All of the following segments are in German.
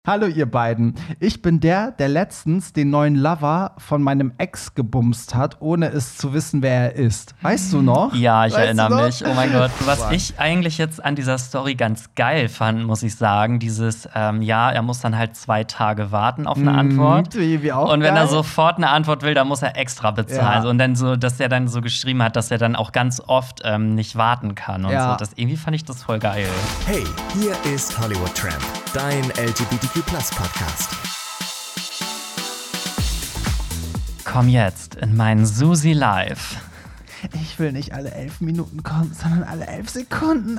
Hallo ihr beiden. Ich bin der letztens den neuen Lover von meinem Ex gebumst hat, ohne es zu wissen, wer er ist. Weißt du noch? Ja, ich Weißt erinnere mich. Oh mein Gott. Was ich eigentlich jetzt an dieser Story ganz geil fand, muss ich sagen, dieses, er muss dann halt 2 Tage warten auf eine Antwort. Wie auch Und wenn geil. er sofort eine Antwort will, dann muss er extra bezahlen. Ja. Und dann so, dass er dann so geschrieben hat, dass er dann auch ganz oft nicht warten kann und Ja. so. Irgendwie fand ich das voll geil. Hey, hier ist Hollywood Tramp, dein LGBTQ+-Podcast. Komm jetzt in meinen Susi Live. Ich will nicht alle 11 Minuten kommen, sondern alle 11 Sekunden.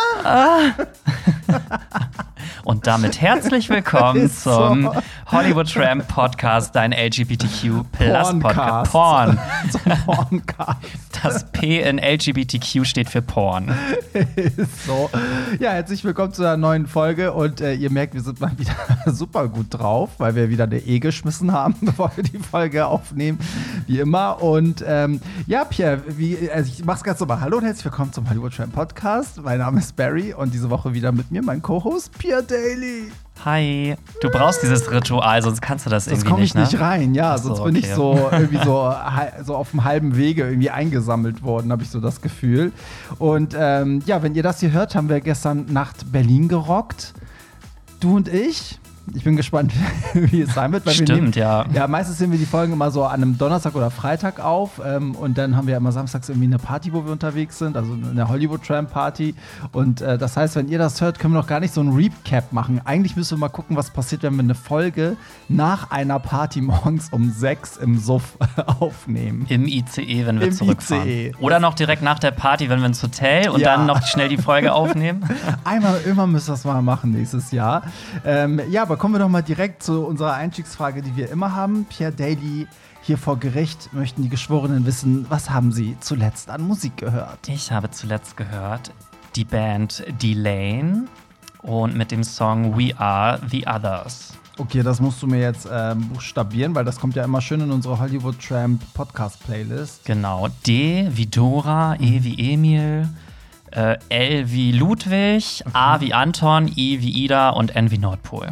Und damit herzlich willkommen Ist so. zum Hollywood Tramp Podcast, dein LGBTQ Podcast. Porncast. Porn. So ein Porncast. Das P in LGBTQ steht für Porn. Ist so. Ja, herzlich willkommen zu einer neuen Folge und ihr merkt, wir sind mal wieder super gut drauf, weil wir wieder eine geschmissen haben, bevor wir die Folge aufnehmen, wie immer. Und Pierre, ich mach's ganz normal. Hallo und herzlich willkommen zum Hollywood Tramp Podcast. Mein Name ist Barry und diese Woche wieder mit mir mein Co-Host Pierre Daly. Hi. Du brauchst dieses Ritual, sonst kannst du das Sonst irgendwie komme ich nicht, nicht ne? rein, ja. Ach so, Sonst bin ich okay. so irgendwie so auf dem halben Wege irgendwie eingesammelt worden, habe ich so das Gefühl. Und wenn ihr das hier hört, haben wir gestern Nacht Berlin gerockt. Du und ich. Ich bin gespannt, wie es sein wird. Weil Stimmt, ja. Ja, meistens nehmen wir die Folgen immer so an einem Donnerstag oder Freitag auf. Und dann haben wir immer samstags irgendwie eine Party, wo wir unterwegs sind. Also eine Hollywood Tramp Party. Und das heißt, wenn ihr das hört, können wir noch gar nicht so ein Recap machen. Eigentlich müssen wir mal gucken, was passiert, wenn wir eine Folge nach einer Party morgens um 6 im Suff aufnehmen. Im ICE, wenn wir Im zurückfahren. ICE. Oder noch direkt nach der Party, wenn wir ins Hotel und Ja. dann noch schnell die Folge aufnehmen. Immer müssen wir das mal machen nächstes Jahr. Aber kommen wir doch mal direkt zu unserer Einstiegsfrage, die wir immer haben. Pierre Daly, hier vor Gericht möchten die Geschworenen wissen, was haben sie zuletzt an Musik gehört? Ich habe zuletzt gehört die Band Delane und mit dem Song We Are the Others. Okay, das musst du mir jetzt buchstabieren, weil das kommt ja immer schön in unsere Hollywood Tramp Podcast Playlist. Genau. D wie Dora, E wie Emil, L wie Ludwig, A wie Anton, I wie Ida und N wie Nordpol.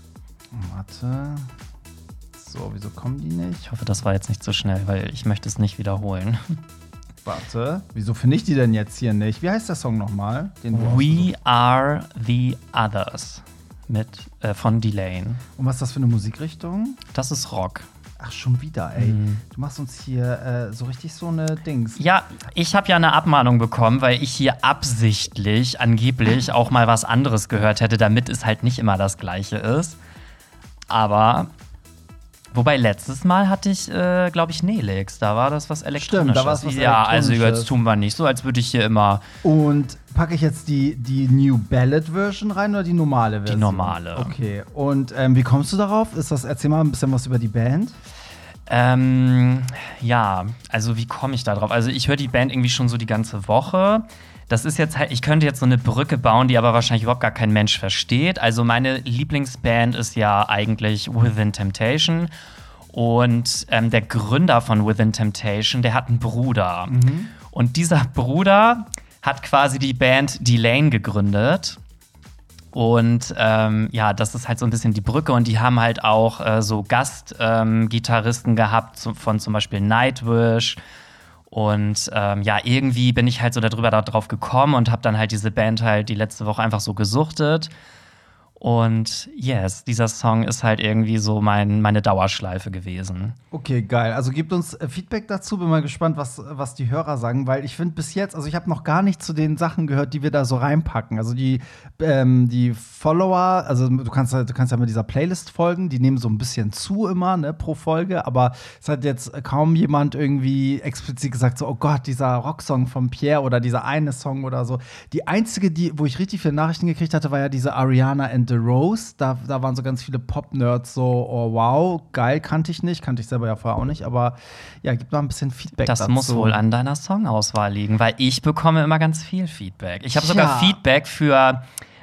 Warte. So, wieso kommen die nicht? Ich hoffe, das war jetzt nicht zu schnell, weil ich möchte es nicht wiederholen. Warte. Wieso finde ich die denn jetzt hier nicht? Wie heißt der Song nochmal? We Are the Others von Delane. Und was ist das für eine Musikrichtung? Das ist Rock. Ach, schon wieder, ey. Du machst uns hier so richtig so eine Dings. Ja, ich habe ja eine Abmahnung bekommen, weil ich hier absichtlich, angeblich auch mal was anderes gehört hätte, damit es halt nicht immer das Gleiche ist. Aber, wobei letztes Mal hatte ich, glaube ich, Nelix. Da war das was Elektronisches. Stimmt, da war es was Ja, also Elektronisches. jetzt tun wir nicht so, als würde ich hier immer Und packe ich jetzt die New Ballad Version rein oder die normale Version? die normale. Okay. Und wie kommst du darauf? Erzähl mal ein bisschen was über die Band. Ja, also wie komme ich da drauf? Also ich höre die Band irgendwie schon so die ganze Woche. Das ist jetzt halt, ich könnte jetzt so eine Brücke bauen, die aber wahrscheinlich überhaupt gar kein Mensch versteht. Also meine Lieblingsband ist ja eigentlich Within Temptation. Und der Gründer von Within Temptation, der hat einen Bruder. Und dieser Bruder hat quasi die Band Delane gegründet. Und das ist halt so ein bisschen die Brücke. Und die haben halt auch so Gastgitarristen gehabt, von zum Beispiel Nightwish. Und irgendwie bin ich halt so darauf gekommen und habe dann halt diese Band halt die letzte Woche einfach so gesuchtet. Und yes, dieser Song ist halt irgendwie so meine Dauerschleife gewesen. Okay, geil. Also gebt uns Feedback dazu. Bin mal gespannt, was die Hörer sagen, weil ich finde bis jetzt, also ich habe noch gar nicht zu den Sachen gehört, die wir da so reinpacken. Also die Follower, also du kannst ja mit dieser Playlist folgen, die nehmen so ein bisschen zu immer, ne, pro Folge, aber es hat jetzt kaum jemand irgendwie explizit gesagt, so, oh Gott, dieser Rocksong von Pierre oder dieser eine Song oder so. Die einzige, wo ich richtig viele Nachrichten gekriegt hatte, war ja diese Ariana and the Rose. Da waren so ganz viele Pop-Nerds so, oh wow, geil, kannte ich selber ja vorher auch nicht, aber ja, gib mal ein bisschen Feedback Das dazu. muss wohl an deiner Songauswahl liegen, weil ich bekomme immer ganz viel Feedback. Ich habe sogar Ja. Feedback für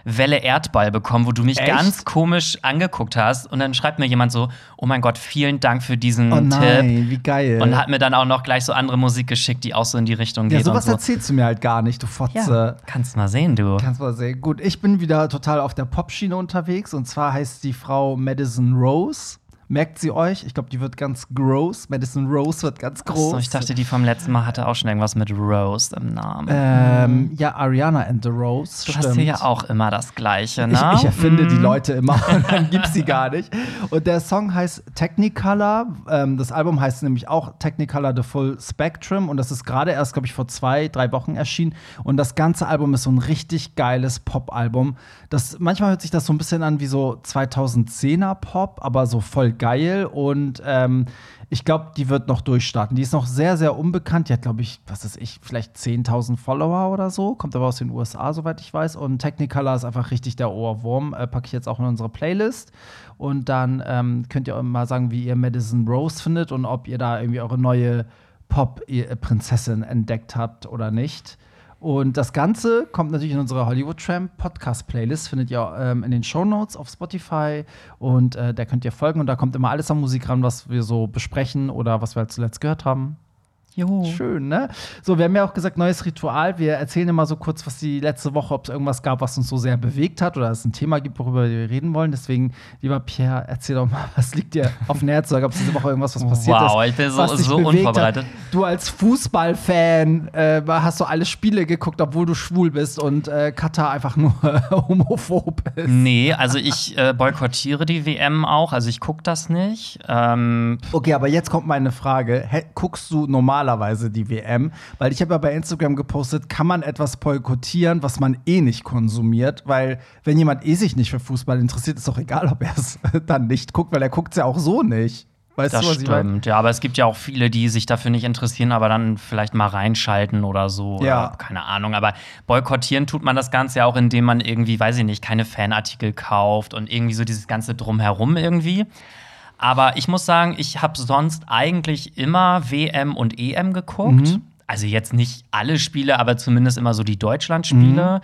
Welle Erdball bekommen, wo du mich Echt? ganz komisch angeguckt hast. Und dann schreibt mir jemand so, oh mein Gott, vielen Dank für diesen Oh nein, Tipp. wie geil. Und hat mir dann auch noch gleich so andere Musik geschickt, die auch so in die Richtung ja, geht. sowas und so. erzählst du mir halt gar nicht, du Fotze. Ja, kannst mal sehen, du. Kannst mal sehen. Gut, ich bin wieder total auf der Popschiene unterwegs. Und zwar heißt die Frau Madison Rose. Merkt sie euch? Ich glaube, die wird ganz gross. Madison Rose wird ganz groß. Achso, ich dachte, die vom letzten Mal hatte auch schon irgendwas mit Rose im Namen. Ja, Ariana and the Rose. Du stimmt. hast hier ja auch immer das Gleiche, ne? Ich erfinde die Leute immer und dann gibt's sie gar nicht. Und der Song heißt Technicolor. Das Album heißt nämlich auch Technicolor The Full Spectrum. Und das ist gerade erst, glaube ich, vor 2-3 Wochen erschienen. Und das ganze Album ist so ein richtig geiles Pop-Album. Manchmal hört sich das so ein bisschen an wie so 2010er Pop, aber so voll geil. Und ich glaube, die wird noch durchstarten. Die ist noch sehr, sehr unbekannt. Die hat, glaube ich, was weiß ich, vielleicht 10.000 Follower oder so. Kommt aber aus den USA, soweit ich weiß. Und Technicolor ist einfach richtig der Ohrwurm. Packe ich jetzt auch in unsere Playlist. Und dann könnt ihr mal sagen, wie ihr Madison Rose findet und ob ihr da irgendwie eure neue Pop-Prinzessin entdeckt habt oder nicht. Und das Ganze kommt natürlich in unsere Hollywood Tramp Podcast Playlist. Findet ihr in den Shownotes auf Spotify. Und da könnt ihr folgen. Und da kommt immer alles an Musik ran, was wir so besprechen oder was wir halt zuletzt gehört haben. Jo. Schön, ne? So, wir haben ja auch gesagt, neues Ritual. Wir erzählen immer so kurz, was die letzte Woche, ob es irgendwas gab, was uns so sehr bewegt hat oder es ein Thema gibt, worüber wir reden wollen. Deswegen, lieber Pierre, erzähl doch mal, was liegt dir auf dem Herzen? Gab es diese Woche irgendwas, was passiert ist? Wow, ich bin was dich so bewegt unvorbereitet. Hat? Du als Fußballfan hast du alle Spiele geguckt, obwohl du schwul bist und Katar einfach nur homophob ist. Nee, also ich boykottiere die WM auch, also ich gucke das nicht. Okay, aber jetzt kommt meine Frage. Guckst du normalerweise die WM? Weil ich habe ja bei Instagram gepostet, kann man etwas boykottieren, was man eh nicht konsumiert? Weil wenn jemand sich nicht für Fußball interessiert, ist doch egal, ob er es dann nicht guckt, weil er guckt es ja auch so nicht. Weißt das du, was ich meine? stimmt, ja, aber es gibt ja auch viele, die sich dafür nicht interessieren, aber dann vielleicht mal reinschalten oder so. Ja. Oder, keine Ahnung, aber boykottieren tut man das Ganze ja auch, indem man irgendwie, weiß ich nicht, keine Fanartikel kauft und irgendwie so dieses ganze Drumherum irgendwie. Aber ich muss sagen, ich habe sonst eigentlich immer WM und EM geguckt. Also jetzt nicht alle Spiele, aber zumindest immer so die Deutschland-Spiele.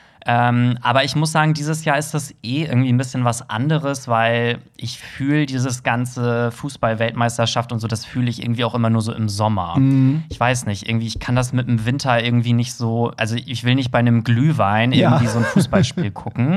Aber ich muss sagen, dieses Jahr ist das irgendwie ein bisschen was anderes, weil ich fühle dieses ganze Fußball-Weltmeisterschaft und so, das fühle ich irgendwie auch immer nur so im Sommer. Ich weiß nicht, irgendwie, ich kann das mit dem Winter irgendwie nicht so, also ich will nicht bei einem Glühwein irgendwie so ein Fußballspiel gucken.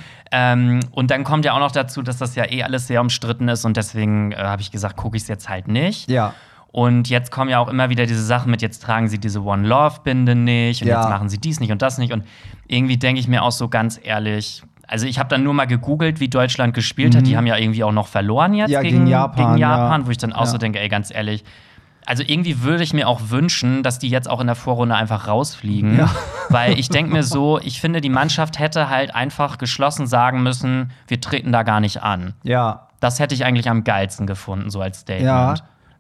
Und dann kommt ja auch noch dazu, dass das ja alles sehr umstritten ist und deswegen habe ich gesagt, gucke ich es jetzt halt nicht. Ja. Und jetzt kommen ja auch immer wieder diese Sachen mit, jetzt tragen sie diese One Love-Binde nicht und jetzt machen sie dies nicht und das nicht. Und irgendwie denke ich mir auch so ganz ehrlich, also ich habe dann nur mal gegoogelt, wie Deutschland gespielt hat. Die haben ja irgendwie auch noch verloren jetzt gegen Japan, wo ich dann auch so denke, ey, ganz ehrlich, also irgendwie würde ich mir auch wünschen, dass die jetzt auch in der Vorrunde einfach rausfliegen. Ja. Weil ich denke mir so, ich finde, die Mannschaft hätte halt einfach geschlossen sagen müssen, wir treten da gar nicht an. Ja. Das hätte ich eigentlich am geilsten gefunden, so als Statement. Ja.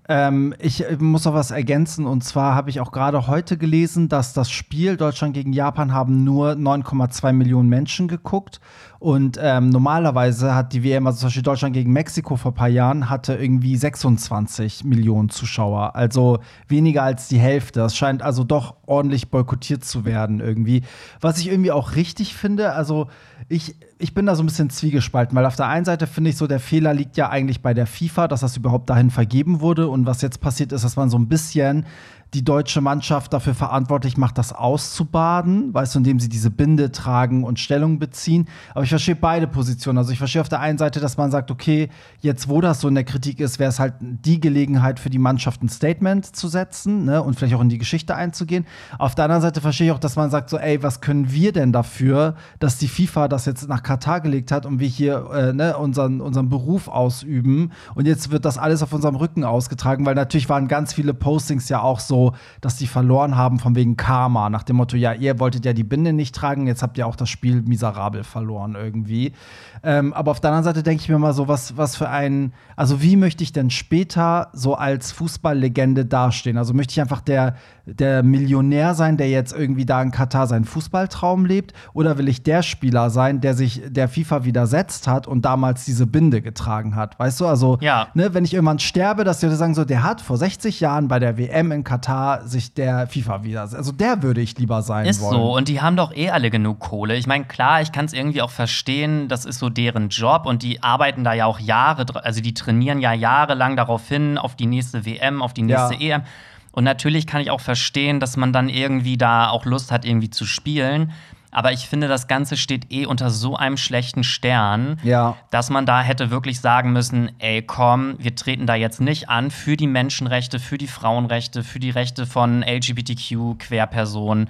Ich muss noch was ergänzen. Und zwar habe ich auch gerade heute gelesen, dass das Spiel Deutschland gegen Japan haben nur 9,2 Millionen Menschen geguckt. Und normalerweise hat die WM, also zum Beispiel Deutschland gegen Mexiko vor ein paar Jahren, hatte irgendwie 26 Millionen Zuschauer. Also weniger als die Hälfte. Das scheint also doch ordentlich boykottiert zu werden irgendwie. Was ich irgendwie auch richtig finde, also ich bin da so ein bisschen zwiegespalten, weil auf der einen Seite finde ich so, der Fehler liegt ja eigentlich bei der FIFA, dass das überhaupt dahin vergeben wurde. Und was jetzt passiert ist, dass man so ein bisschen die deutsche Mannschaft dafür verantwortlich macht, das auszubaden, weißt du, indem sie diese Binde tragen und Stellung beziehen. Aber ich verstehe beide Positionen. Also ich verstehe auf der einen Seite, dass man sagt, okay, jetzt wo das so in der Kritik ist, wäre es halt die Gelegenheit für die Mannschaft, ein Statement zu setzen, ne, und vielleicht auch in die Geschichte einzugehen. Auf der anderen Seite verstehe ich auch, dass man sagt, so, ey, was können wir denn dafür, dass die FIFA das jetzt nach Katar gelegt hat und wir hier unseren Beruf ausüben und jetzt wird das alles auf unserem Rücken ausgetragen, weil natürlich waren ganz viele Postings ja auch so, dass die verloren haben von wegen Karma, nach dem Motto, ja, ihr wolltet ja die Binde nicht tragen, jetzt habt ihr auch das Spiel miserabel verloren irgendwie. Aber auf der anderen Seite denke ich mir mal so, was für ein, also wie möchte ich denn später so als Fußballlegende dastehen? Also möchte ich einfach der Millionär sein, der jetzt irgendwie da in Katar seinen Fußballtraum lebt? Oder will ich der Spieler sein, der sich der FIFA widersetzt hat und damals diese Binde getragen hat? Weißt du, also, ja. Ne, wenn ich irgendwann sterbe, dass die Leute sagen so, der hat vor 60 Jahren bei der WM in Katar Katar sich der FIFA wieder. Also der würde ich lieber sein Ist wollen. so, und die haben doch eh alle genug Kohle. Ich meine, klar, ich kann es irgendwie auch verstehen, das ist so deren Job und die arbeiten da ja auch also die trainieren ja jahrelang darauf hin, auf die nächste WM, auf die nächste EM. Und natürlich kann ich auch verstehen, dass man dann irgendwie da auch Lust hat, irgendwie zu spielen. Aber ich finde, das Ganze steht eh unter so einem schlechten Stern, dass man da hätte wirklich sagen müssen, ey, komm, wir treten da jetzt nicht an für die Menschenrechte, für die Frauenrechte, für die Rechte von LGBTQ-Querpersonen.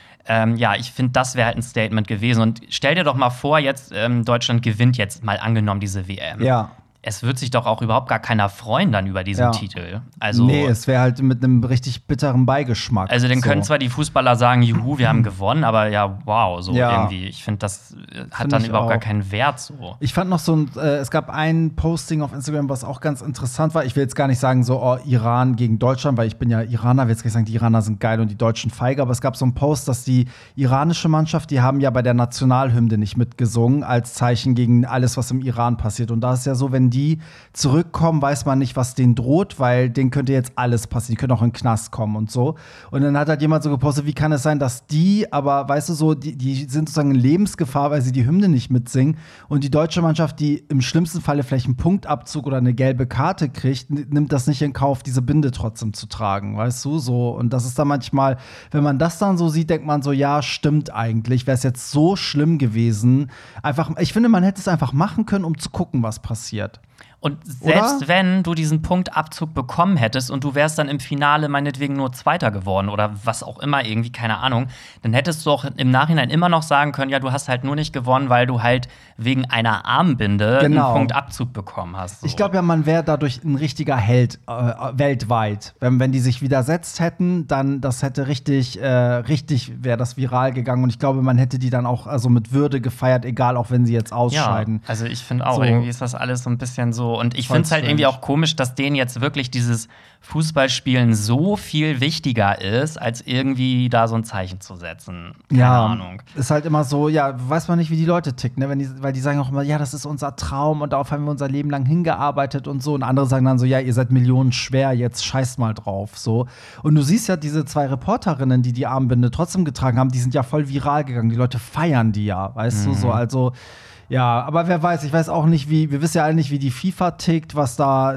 Ich finde, das wäre halt ein Statement gewesen. Und stell dir doch mal vor, jetzt Deutschland gewinnt jetzt mal angenommen diese WM. Ja. Es wird sich doch auch überhaupt gar keiner freuen dann über diesen Titel. Also, nee, es wäre halt mit einem richtig bitteren Beigeschmack. Also dann können zwar die Fußballer sagen, juhu, wir haben gewonnen, aber ja, wow, so irgendwie. Ich finde, das hat dann überhaupt gar keinen Wert so. Ich fand noch es gab ein Posting auf Instagram, was auch ganz interessant war. Ich will jetzt gar nicht sagen, so, Iran gegen Deutschland, weil ich bin ja Iraner, will jetzt gar nicht sagen, die Iraner sind geil und die Deutschen feige, aber es gab so einen Post, dass die iranische Mannschaft, die haben ja bei der Nationalhymne nicht mitgesungen, als Zeichen gegen alles, was im Iran passiert. Und da ist ja so, wenn die zurückkommen, weiß man nicht, was denen droht, weil denen könnte jetzt alles passieren. Die können auch in den Knast kommen und so. Und dann hat halt jemand so gepostet, wie kann es sein, dass aber weißt du so, die sind sozusagen in Lebensgefahr, weil sie die Hymne nicht mitsingen. Und die deutsche Mannschaft, die im schlimmsten Falle vielleicht einen Punktabzug oder eine gelbe Karte kriegt, nimmt das nicht in Kauf, diese Binde trotzdem zu tragen, weißt du, so. Und das ist dann manchmal, wenn man das dann so sieht, denkt man so, ja, stimmt eigentlich. Wäre es jetzt so schlimm gewesen. Ich finde, man hätte es einfach machen können, um zu gucken, was passiert. Und selbst wenn du diesen Punktabzug bekommen hättest und du wärst dann im Finale meinetwegen nur Zweiter geworden oder was auch immer, irgendwie, keine Ahnung, dann hättest du auch im Nachhinein immer noch sagen können, ja, du hast halt nur nicht gewonnen, weil du halt wegen einer Armbinde einen Punktabzug bekommen hast. So. Ich glaube ja, man wäre dadurch ein richtiger Held weltweit. Wenn die sich widersetzt hätten, dann das hätte richtig wäre das viral gegangen. Und ich glaube, man hätte die dann auch also mit Würde gefeiert, egal, auch wenn sie jetzt ausscheiden. Ja, also ich finde auch, irgendwie ist das alles so ein bisschen so. Und ich finde es halt irgendwie auch komisch, dass denen jetzt wirklich dieses Fußballspielen so viel wichtiger ist, als irgendwie da so ein Zeichen zu setzen. Keine Ahnung. Ist halt immer so, weiß man nicht, wie die Leute ticken, ne? Weil die sagen auch immer, ja, das ist unser Traum und darauf haben wir unser Leben lang hingearbeitet und so. Und andere sagen dann so, ja, ihr seid Millionen schwer, jetzt scheißt mal drauf, so. Und du siehst ja diese 2 Reporterinnen, die Armbinde trotzdem getragen haben, die sind ja voll viral gegangen. Die Leute feiern die ja, weißt du, so, also. Ja, aber wer weiß, ich weiß auch nicht, wir wissen ja alle nicht, wie die FIFA tickt, was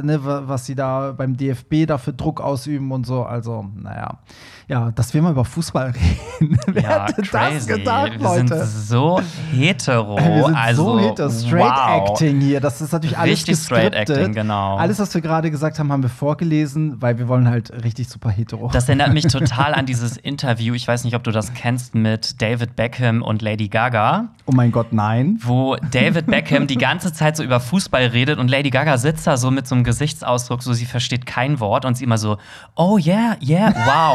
sie da beim DFB da für Druck ausüben und so. Also, naja. Ja, dass wir mal über Fußball reden. Wer hätte das gedacht, Leute? Wir sind so hetero. Wir sind so hetero. Straight Acting hier. Das ist natürlich alles richtig gescriptet. Straight Acting, genau. Alles, was wir gerade gesagt haben, haben wir vorgelesen, weil wir wollen halt richtig super hetero. Das erinnert mich total an dieses Interview, ich weiß nicht, ob du das kennst, mit David Beckham und Lady Gaga. Oh mein Gott, nein. Wo David Beckham die ganze Zeit so über Fußball redet und Lady Gaga sitzt da so mit so einem Gesichtsausdruck, so sie versteht kein Wort und sie immer so, oh yeah, wow,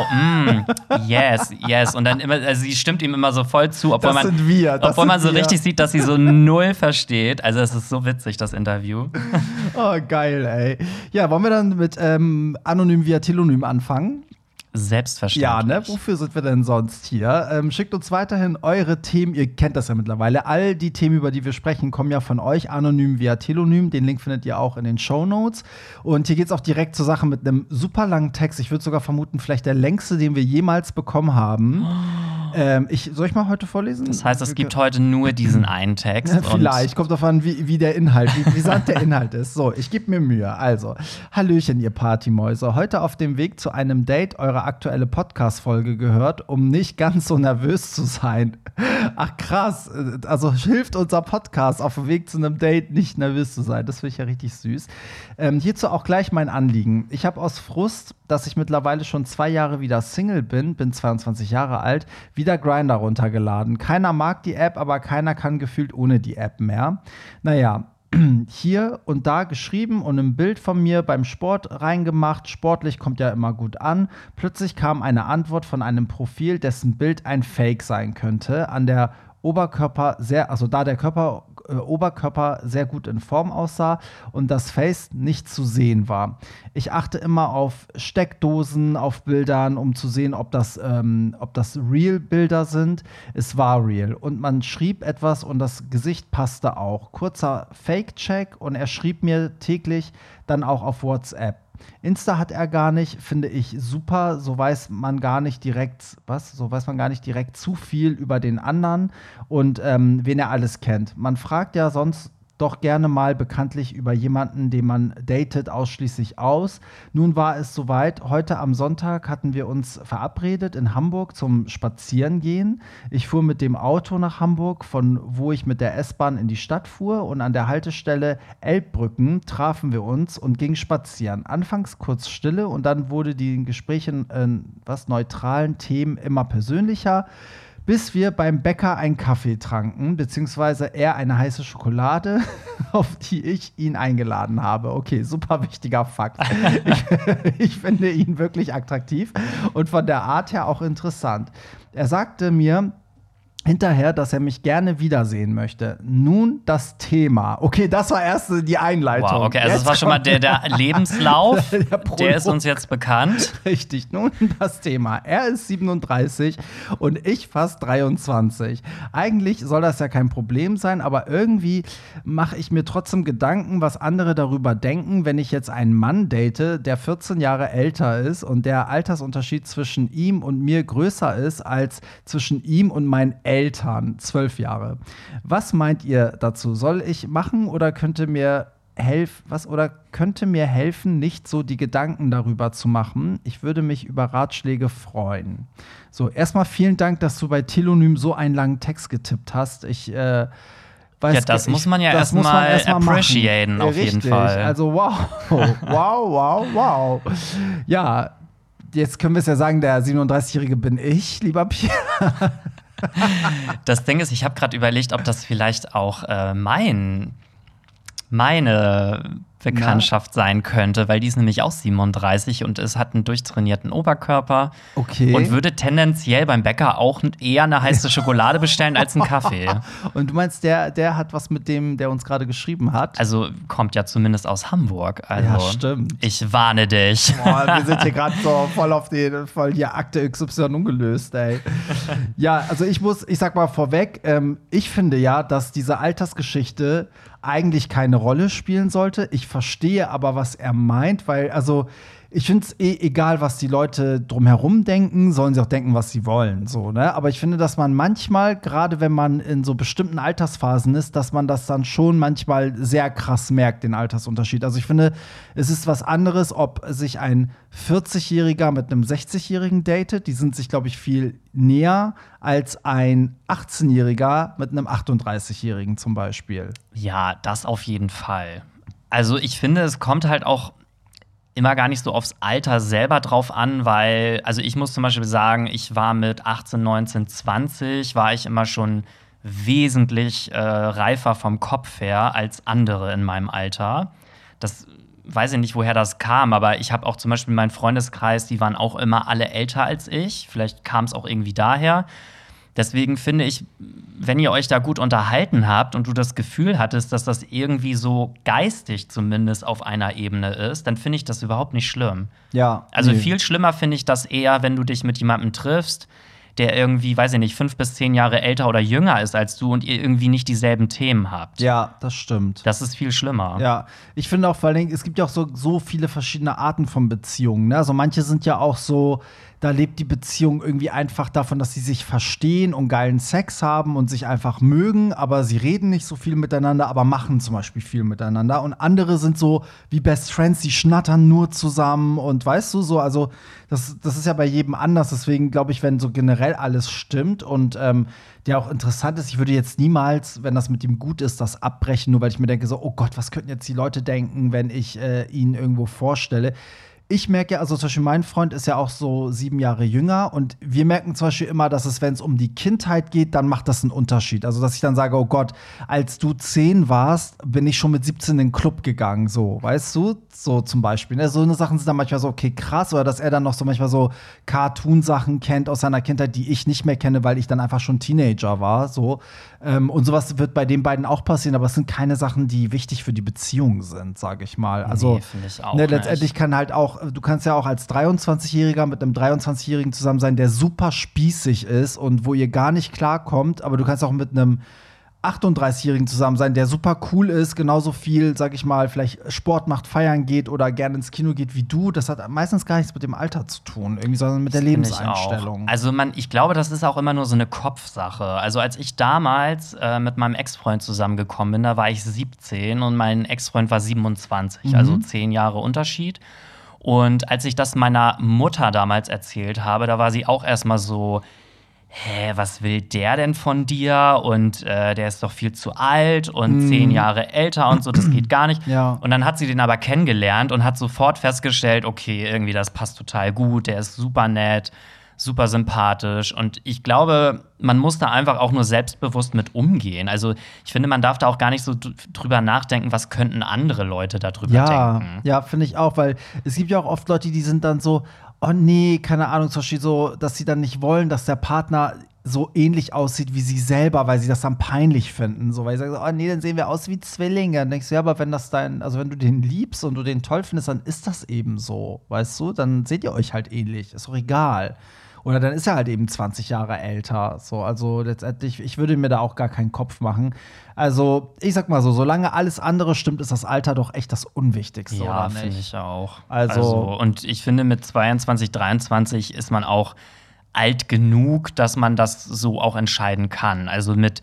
yes. Und dann immer, also sie stimmt ihm immer so voll zu, obwohl man so richtig sieht, dass sie so null versteht. Also es ist so witzig, das Interview. Oh, geil, ey. Ja, wollen wir dann mit Anonym via Telonym anfangen? Selbstverständlich. Ja, ne? Wofür sind wir denn sonst hier? Schickt uns weiterhin eure Themen. Ihr kennt das ja mittlerweile. All die Themen, über die wir sprechen, kommen ja von euch. Anonym via Telonym. Den Link findet ihr auch in den Shownotes. Und hier geht's auch direkt zur Sache mit einem super langen Text. Ich würde sogar vermuten, vielleicht der längste, den wir jemals bekommen haben. Soll ich mal heute vorlesen? Das heißt, es gibt heute nur diesen einen Text. Ja, vielleicht. Kommt drauf an, wie der Inhalt, wie sanft der Inhalt ist. So, ich gebe mir Mühe. Also, Hallöchen, ihr Partymäuse. Heute auf dem Weg zu einem Date eure aktuelle Podcast-Folge gehört, um nicht ganz so nervös zu sein. Ach, krass. Also, hilft unser Podcast auf dem Weg zu einem Date, nicht nervös zu sein. Das finde ich ja richtig süß. Hierzu auch gleich mein Anliegen. Ich habe aus Frust, dass ich mittlerweile schon 2 Jahre wieder Single bin 22 Jahre alt, wieder Grindr runtergeladen. Keiner mag die App, aber keiner kann gefühlt ohne die App mehr. Naja, hier und da geschrieben und ein Bild von mir beim Sport reingemacht. Sportlich kommt ja immer gut an. Plötzlich kam eine Antwort von einem Profil, dessen Bild ein Fake sein könnte. Da der Oberkörper sehr gut in Form aussah und das Face nicht zu sehen war. Ich achte immer auf Steckdosen, auf Bildern, um zu sehen, ob das Real-Bilder sind. Es war real. Und man schrieb etwas und das Gesicht passte auch. Kurzer Fake-Check und er schrieb mir täglich dann auch auf WhatsApp. Insta hat er gar nicht, finde ich super. So weiß man gar nicht direkt, zu viel über den anderen und wen er alles kennt. Man fragt ja sonst doch gerne mal bekanntlich über jemanden, den man datet, ausschließlich aus. Nun war es soweit. Heute am Sonntag hatten wir uns verabredet in Hamburg zum Spazierengehen. Ich fuhr mit dem Auto nach Hamburg, von wo ich mit der S-Bahn in die Stadt fuhr, und an der Haltestelle Elbbrücken trafen wir uns und gingen spazieren. Anfangs kurz Stille und dann wurde die Gespräche in neutralen Themen immer persönlicher, bis wir beim Bäcker einen Kaffee tranken, beziehungsweise er eine heiße Schokolade, auf die ich ihn eingeladen habe. Okay, super wichtiger Fakt. Ich finde ihn wirklich attraktiv und von der Art her auch interessant. Er sagte mir hinterher, dass er mich gerne wiedersehen möchte. Nun das Thema. Okay, das war erst die Einleitung. Wow, okay, also das war schon mal der Lebenslauf, der ist uns jetzt bekannt. Richtig, nun das Thema. Er ist 37 und ich fast 23. Eigentlich soll das ja kein Problem sein, aber irgendwie mache ich mir trotzdem Gedanken, was andere darüber denken, wenn ich jetzt einen Mann date, der 14 Jahre älter ist und der Altersunterschied zwischen ihm und mir größer ist als zwischen ihm und meinen Eltern, 12 Jahre. Was meint ihr dazu? Soll ich machen oder könnte mir helfen, nicht so die Gedanken darüber zu machen? Ich würde mich über Ratschläge freuen. So, erstmal vielen Dank, dass du bei Telonym so einen langen Text getippt hast. Ich das muss man ja erstmal appreciaten, auf jeden Fall. Also wow. Ja, jetzt können wir es ja sagen, der 37-Jährige bin ich, lieber Pierre. Das Ding ist, ich habe gerade überlegt, ob das vielleicht auch meine Bekanntschaft sein könnte, weil die ist nämlich auch 37 und es hat einen durchtrainierten Oberkörper. Okay. Und würde tendenziell beim Bäcker auch eher eine heiße Schokolade bestellen als einen Kaffee. Und du meinst, der hat was mit dem, der uns gerade geschrieben hat? Also kommt ja zumindest aus Hamburg. Also, ja, stimmt. Ich warne dich. Boah, wir sind hier gerade so voll hier Akte XY ungelöst, ey. Ja, also ich sag mal vorweg, ich finde ja, dass diese Altersgeschichte eigentlich keine Rolle spielen sollte. Ich verstehe aber, was er meint, weil, also, ich finde es egal, was die Leute drumherum denken, sollen sie auch denken, was sie wollen, so, ne? Aber ich finde, dass man manchmal, gerade wenn man in so bestimmten Altersphasen ist, dass man das dann schon manchmal sehr krass merkt, den Altersunterschied. Also ich finde, es ist was anderes, ob sich ein 40-Jähriger mit einem 60-Jährigen datet. Die sind sich, glaube ich, viel näher als ein 18-Jähriger mit einem 38-Jährigen zum Beispiel. Ja, das auf jeden Fall. Also ich finde, es kommt halt auch immer gar nicht so aufs Alter selber drauf an, weil, also ich muss zum Beispiel sagen, ich war mit 18, 19, 20, war ich immer schon wesentlich reifer vom Kopf her als andere in meinem Alter. Das weiß ich nicht, woher das kam, aber ich habe auch zum Beispiel meinen Freundeskreis, die waren auch immer alle älter als ich. Vielleicht kam es auch irgendwie daher. Deswegen finde ich, wenn ihr euch da gut unterhalten habt und du das Gefühl hattest, dass das irgendwie so geistig zumindest auf einer Ebene ist, dann finde ich das überhaupt nicht schlimm. Ja. Also viel schlimmer finde ich das eher, wenn du dich mit jemandem triffst, der irgendwie, weiß ich nicht, 5 bis 10 Jahre älter oder jünger ist als du und ihr irgendwie nicht dieselben Themen habt. Ja, das stimmt. Das ist viel schlimmer. Ja, ich finde auch vor allem, es gibt ja auch so viele verschiedene Arten von Beziehungen. Ne? Also manche sind ja auch so, da lebt die Beziehung irgendwie einfach davon, dass sie sich verstehen und geilen Sex haben und sich einfach mögen, aber sie reden nicht so viel miteinander, aber machen zum Beispiel viel miteinander. Und andere sind so wie Best Friends, die schnattern nur zusammen und weißt du, so, also das ist ja bei jedem anders. Deswegen glaube ich, wenn so generell alles stimmt und der auch interessant ist, ich würde jetzt niemals, wenn das mit ihm gut ist, das abbrechen, nur weil ich mir denke, so, oh Gott, was könnten jetzt die Leute denken, wenn ich ihn irgendwo vorstelle. Ich merke ja, also zum Beispiel mein Freund ist ja auch so 7 Jahre jünger und wir merken zum Beispiel immer, dass es, wenn es um die Kindheit geht, dann macht das einen Unterschied. Also, dass ich dann sage, oh Gott, als du 10 warst, bin ich schon mit 17 in den Club gegangen, so, weißt du? So zum Beispiel. Ne? So eine Sachen sind dann manchmal so, okay, krass, oder dass er dann noch so manchmal so Cartoon-Sachen kennt aus seiner Kindheit, die ich nicht mehr kenne, weil ich dann einfach schon Teenager war, so. Und sowas wird bei den beiden auch passieren, aber es sind keine Sachen, die wichtig für die Beziehung sind, sage ich mal. Also, nee, finde ich auch ne, letztendlich kann halt auch, du kannst ja auch als 23-Jähriger mit einem 23-Jährigen zusammen sein, der super spießig ist und wo ihr gar nicht klarkommt, aber du kannst auch mit einem 38-Jährigen zusammen sein, der super cool ist, genauso viel, sag ich mal, vielleicht Sport macht, feiern geht oder gerne ins Kino geht wie du. Das hat meistens gar nichts mit dem Alter zu tun, irgendwie, sondern mit der Lebenseinstellung. Also ich glaube, das ist auch immer nur so eine Kopfsache. Also als ich damals mit meinem Ex-Freund zusammengekommen bin, da war ich 17 und mein Ex-Freund war 27, also 10 Jahre Unterschied. Und als ich das meiner Mutter damals erzählt habe, da war sie auch erstmal so: Hä, was will der denn von dir? Und der ist doch viel zu alt und 10 Jahre älter und so, das geht gar nicht. Ja. Und dann hat sie den aber kennengelernt und hat sofort festgestellt, okay, irgendwie das passt total gut, der ist super nett, super sympathisch. Und ich glaube, man muss da einfach auch nur selbstbewusst mit umgehen. Also ich finde, man darf da auch gar nicht so drüber nachdenken, was könnten andere Leute darüber denken. Ja, finde ich auch, weil es gibt ja auch oft Leute, die sind dann so: Oh nee, keine Ahnung, zum Beispiel so, dass sie dann nicht wollen, dass der Partner so ähnlich aussieht wie sie selber, weil sie das dann peinlich finden. So, weil sie sagen so: Oh nee, dann sehen wir aus wie Zwillinge. Dann denkst du, ja, aber wenn du den liebst und du den toll findest, dann ist das eben so, weißt du? Dann seht ihr euch halt ähnlich, ist doch egal. Oder dann ist er halt eben 20 Jahre älter. So, also letztendlich, ich würde mir da auch gar keinen Kopf machen. Also, ich sag mal so, solange alles andere stimmt, ist das Alter doch echt das Unwichtigste, Ja, oder nicht? finde ich auch. Also, und ich finde, mit 22, 23 ist man auch alt genug, dass man das so auch entscheiden kann. Also mit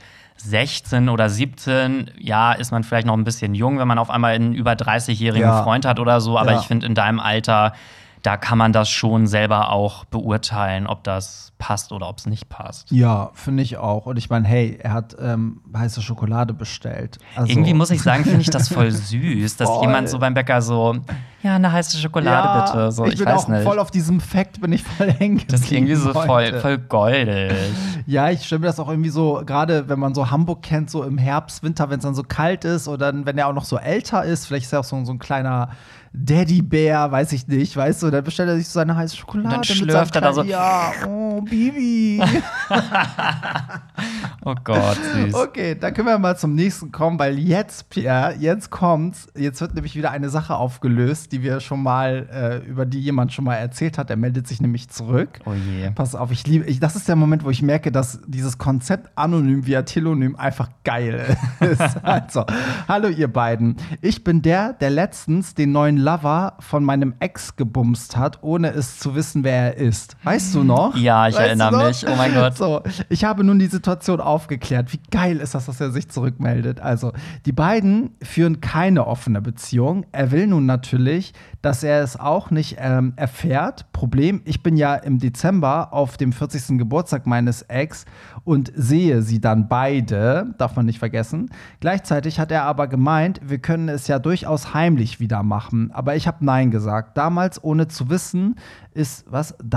16 oder 17, ja, ist man vielleicht noch ein bisschen jung, wenn man auf einmal einen über 30-jährigen Freund hat oder so. Aber ich finde, in deinem Alter, da kann man das schon selber auch beurteilen, ob das passt oder ob es nicht passt. Ja, finde ich auch. Und ich meine, hey, er hat heiße Schokolade bestellt. Also irgendwie muss ich sagen, finde ich das voll süß, dass jemand so beim Bäcker so: Ja, eine heiße Schokolade bitte. So, ich bin weiß auch nicht. voll auf diesem Fact, bin ich voll hängen geblieben. Das ist irgendwie so voll goldig. Ja, ich stelle mir das auch irgendwie so, gerade wenn man so Hamburg kennt, so im Herbst, Winter, wenn es dann so kalt ist oder dann, wenn er auch noch so älter ist, vielleicht ist er auch so ein kleiner Daddybär, weiß ich nicht, weißt du, dann bestellt er sich so seine heiße Schokolade. Und dann schlürft er da so. Ja, oh, Bibi. Oh Gott, süß. Okay, dann können wir mal zum nächsten kommen, weil jetzt, Pierre, jetzt kommt's. Jetzt wird nämlich wieder eine Sache aufgelöst, die wir schon mal, über die jemand schon mal erzählt hat. Er meldet sich nämlich zurück. Oh je. Pass auf, das ist der Moment, wo ich merke, dass dieses Konzept anonym via Telonym einfach geil ist. Also, hallo ihr beiden. Ich bin der letztens den neuen Lover von meinem Ex gebumst hat, ohne es zu wissen, wer er ist. Weißt du noch? Ja, ich erinnere mich. Oh mein Gott. So, ich habe nun die Situation aufgeklärt. Wie geil ist das, dass er sich zurückmeldet? Also, die beiden führen keine offene Beziehung. Er will nun natürlich, dass er es auch nicht erfährt. Problem, ich bin ja im Dezember auf dem 40. Geburtstag meines Ex und sehe sie dann beide, darf man nicht vergessen. Gleichzeitig hat er aber gemeint, wir können es ja durchaus heimlich wieder machen. Aber ich habe Nein gesagt. Damals, ohne es zu wissen, ist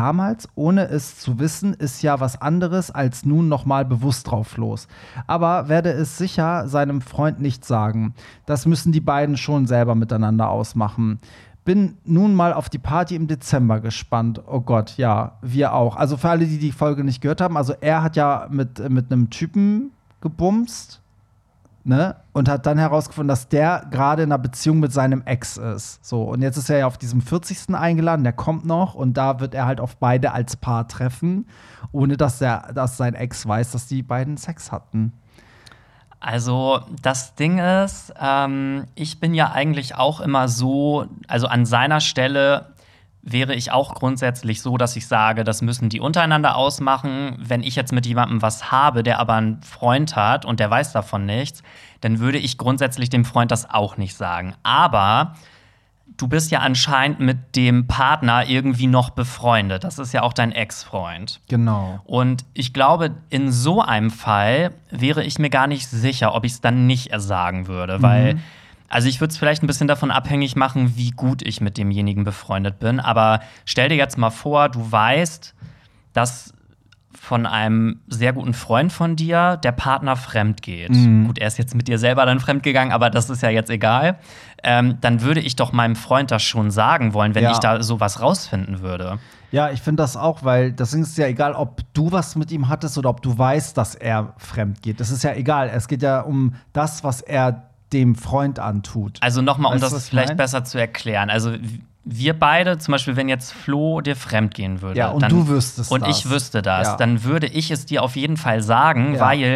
ja was anderes als nun nochmal bewusst drauf los. Aber werde es sicher seinem Freund nicht sagen. Das müssen die beiden schon selber miteinander ausmachen. Bin nun mal auf die Party im Dezember gespannt. Oh Gott, ja, wir auch. Also für alle, die die Folge nicht gehört haben, also er hat ja mit einem Typen gebumst, ne? Und hat dann herausgefunden, dass der gerade in einer Beziehung mit seinem Ex ist. So, und jetzt ist er ja auf diesem 40. eingeladen, der kommt noch und da wird er halt auf beide als Paar treffen, ohne dass sein Ex weiß, dass die beiden Sex hatten. Also, das Ding ist, ich bin ja eigentlich auch immer so, also an seiner Stelle wäre ich auch grundsätzlich so, dass ich sage, das müssen die untereinander ausmachen. Wenn ich jetzt mit jemandem was habe, der aber einen Freund hat und der weiß davon nichts, dann würde ich grundsätzlich dem Freund das auch nicht sagen. Aber du bist ja anscheinend mit dem Partner irgendwie noch befreundet. Das ist ja auch dein Ex-Freund. Genau. Und ich glaube, in so einem Fall wäre ich mir gar nicht sicher, ob ich es dann nicht sagen würde. Weil, also ich würde es vielleicht ein bisschen davon abhängig machen, wie gut ich mit demjenigen befreundet bin. Aber stell dir jetzt mal vor, du weißt, dass von einem sehr guten Freund von dir der Partner fremd geht. Gut, er ist jetzt mit dir selber dann fremd gegangen, aber das ist ja jetzt egal. Dann würde ich doch meinem Freund das schon sagen wollen, wenn ich da sowas rausfinden würde. Ja, ich finde das auch, weil das ist ja egal, ob du was mit ihm hattest oder ob du weißt, dass er fremd geht. Das ist ja egal. Es geht ja um das, was er dem Freund antut. Also nochmal, um Weißt du, das vielleicht besser zu erklären. Also wir beide, zum Beispiel, wenn jetzt Flo dir fremd gehen würde. Ja, und du wüsstest und das. ich wüsste das, Ja. dann würde ich es dir auf jeden Fall sagen, Ja. weil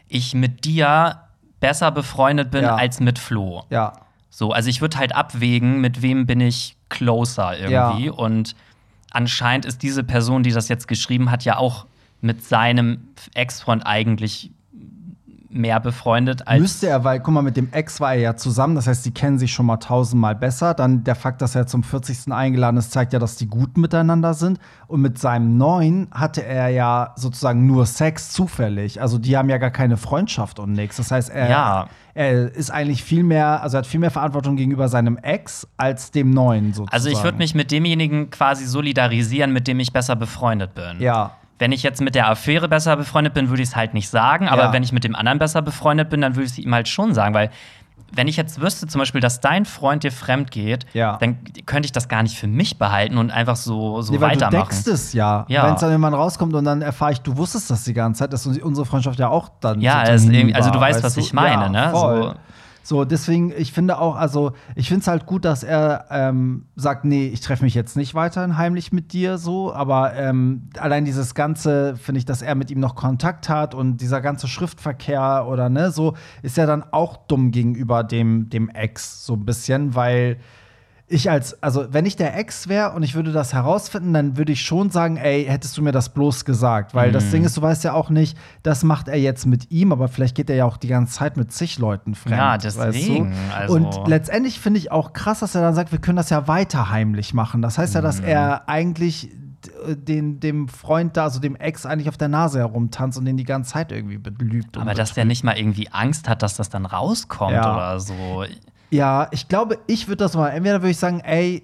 ich mit dir besser befreundet bin Ja. als mit Flo. Ja. So, also ich würde halt abwägen, mit wem bin ich closer irgendwie. Ja. Und anscheinend ist diese Person, die das jetzt geschrieben hat, ja auch mit seinem Ex-Freund eigentlich mehr befreundet als. Müsste er, weil, guck mal, mit dem Ex war er ja zusammen, das heißt, die kennen sich schon mal 1000-mal besser. Dann der Fakt, dass er zum 40. eingeladen ist, zeigt ja, dass die gut miteinander sind. Und mit seinem Neuen hatte er ja sozusagen nur Sex zufällig. Also die haben ja gar keine Freundschaft und nichts. Das heißt, er ist eigentlich viel mehr, also er hat viel mehr Verantwortung gegenüber seinem Ex als dem Neuen sozusagen. Also ich würde mich mit demjenigen quasi solidarisieren, mit dem ich besser befreundet bin. Ja. Wenn ich jetzt mit der Affäre besser befreundet bin, würde ich es halt nicht sagen. Aber Ja. wenn ich mit dem anderen besser befreundet bin, dann würde ich es ihm halt schon sagen. Weil, wenn ich jetzt wüsste, zum Beispiel, dass dein Freund dir fremd geht, Ja. dann könnte ich das gar nicht für mich behalten und einfach so Nee, weil weitermachen. du deckst es ja. Ja. Wenn es dann irgendwann rauskommt und dann erfahre ich, du wusstest das die ganze Zeit, dass unsere Freundschaft ja auch dann Ja, so also dahin war, du weißt, weißt was du? ich meine, Ja, ne? Voll. So, deswegen, ich finde auch, also ich finde es halt gut, dass er sagt, nee, ich treffe mich jetzt nicht weiterhin heimlich mit dir, so, aber allein dieses Ganze, finde ich, dass er mit ihm noch Kontakt hat und dieser ganze Schriftverkehr oder ne, so, ist ja dann auch dumm gegenüber dem Ex, so ein bisschen, weil also wenn ich der Ex wäre und ich würde das herausfinden, dann würde ich schon sagen, ey, hättest du mir das bloß gesagt, weil das Ding ist, du weißt ja auch nicht, das macht er jetzt mit ihm, aber vielleicht geht er ja auch die ganze Zeit mit zig Leuten fremd. Ja, deswegen, Weißt du? also Und letztendlich finde ich auch krass, dass er dann sagt, wir können das ja weiter heimlich machen. Das heißt ja, dass er eigentlich dem Freund da, also dem Ex, eigentlich auf der Nase herumtanzt und den die ganze Zeit irgendwie belügt. und aber dass der betrügt. nicht mal irgendwie Angst hat, dass das dann rauskommt Ja. oder so. Ja, ich glaube, ich würde das mal, entweder würde ich sagen, ey,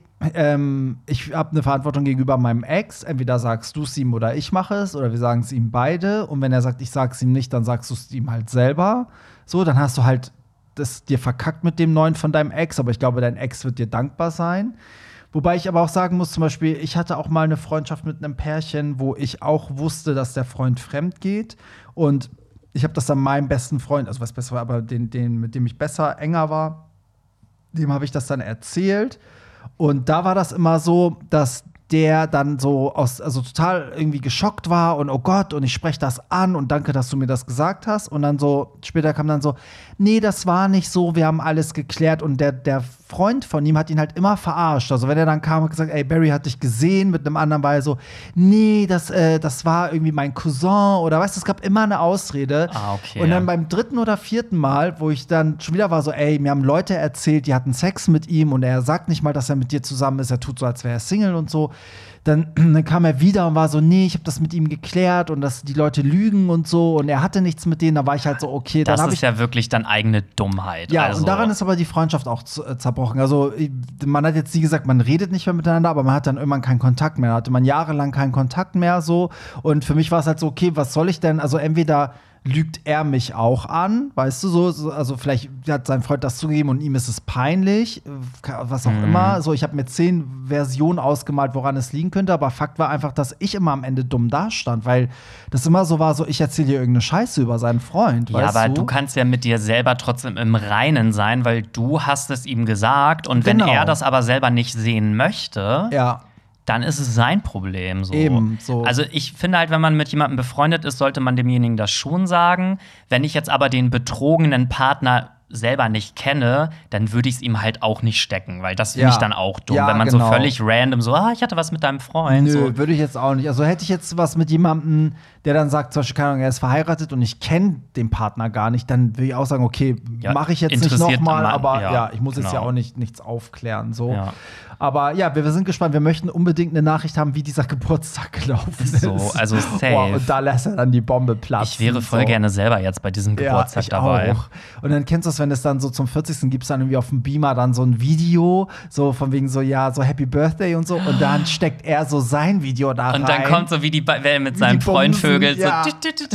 ich habe eine Verantwortung gegenüber meinem Ex, entweder sagst du es ihm oder ich mache es, oder wir sagen es ihm beide, und wenn er sagt, ich sag's ihm nicht, dann sagst du es ihm halt selber. So, dann hast du halt das dir verkackt mit dem Neuen von deinem Ex, aber ich glaube, dein Ex wird dir dankbar sein. Wobei ich aber auch sagen muss, zum Beispiel, ich hatte auch mal eine Freundschaft mit einem Pärchen, wo ich auch wusste, dass der Freund fremd geht, und ich habe das dann meinem besten Freund, also was besser war, aber den mit dem ich besser, enger war, dem habe ich das dann erzählt. Und da war das immer so, dass der dann so also total irgendwie geschockt war und oh Gott, und ich spreche das an und danke, dass du mir das gesagt hast. Und dann so, später kam dann so, nee, das war nicht so, wir haben alles geklärt. Und der Freund von ihm hat ihn halt immer verarscht. Also wenn er dann kam und gesagt, ey, Barry hat dich gesehen, mit einem anderen war er so, nee, das war irgendwie mein Cousin oder weißt du, es gab immer eine Ausrede. Ah, okay. Und dann beim 3. oder 4. Mal, wo ich dann schon wieder war so, ey, mir haben Leute erzählt, die hatten Sex mit ihm und er sagt nicht mal, dass er mit dir zusammen ist, er tut so, als wäre er Single und so. Dann kam er wieder und war so, nee, ich habe das mit ihm geklärt und dass die Leute lügen und so und er hatte nichts mit denen. Da war ich halt so, okay, dann Das habe ist ich ja wirklich dann eigene Dummheit. ja, also. und daran ist aber die Freundschaft auch zerbrochen. Also, man hat jetzt nie gesagt, man redet nicht mehr miteinander, aber man hat dann irgendwann keinen Kontakt mehr. Da hatte man jahrelang keinen Kontakt mehr so. Und für mich war es halt so, okay, was soll ich denn? Also, entweder lügt er mich auch an, weißt du, so also vielleicht hat sein Freund das zugegeben und ihm ist es peinlich, was auch immer. So, ich habe mir 10 Versionen ausgemalt, woran es liegen könnte, aber Fakt war einfach, dass ich immer am Ende dumm dastand, weil das immer so war, so ich erzähle dir irgendeine Scheiße über seinen Freund, Ja, weißt aber du? du kannst ja mit dir selber trotzdem im Reinen sein, weil du hast es ihm gesagt und Genau. wenn er das aber selber nicht sehen möchte, Ja. dann ist es sein Problem. So. Eben, so. Also ich finde halt, wenn man mit jemandem befreundet ist, sollte man demjenigen das schon sagen. Wenn ich jetzt aber den betrogenen Partner selber nicht kenne, dann würde ich es ihm halt auch nicht stecken, weil das finde Ja. ich dann auch dumm. Ja, wenn man genau. so völlig random so, ich hatte was mit deinem Freund. Nö, So. würde ich jetzt auch nicht. Also hätte ich jetzt was mit jemandem, der dann sagt, zum Beispiel, keine Ahnung, er ist verheiratet und ich kenne den Partner gar nicht, dann würde ich auch sagen, okay, Ja, mache ich jetzt nicht interessiert nochmal, man- aber ja, ja, ich muss jetzt ja genau. auch nichts aufklären. So. Ja. Aber ja, wir sind gespannt. Wir möchten unbedingt eine Nachricht haben, wie dieser Geburtstag gelaufen ist. So, also safe. Boah, und da lässt er dann die Bombe platzen. Ich wäre voll so. gerne selber jetzt bei diesem Geburtstag Ja, ich dabei. auch. Und dann kennst du es, wenn es dann so zum 40. gibt es dann irgendwie auf dem Beamer dann so ein Video, so von wegen so, ja, so Happy Birthday und so. Und dann steckt er so sein Video da rein. Und dann kommt so wie wer mit seinem die Freund bumsen, vögelt, ja. so.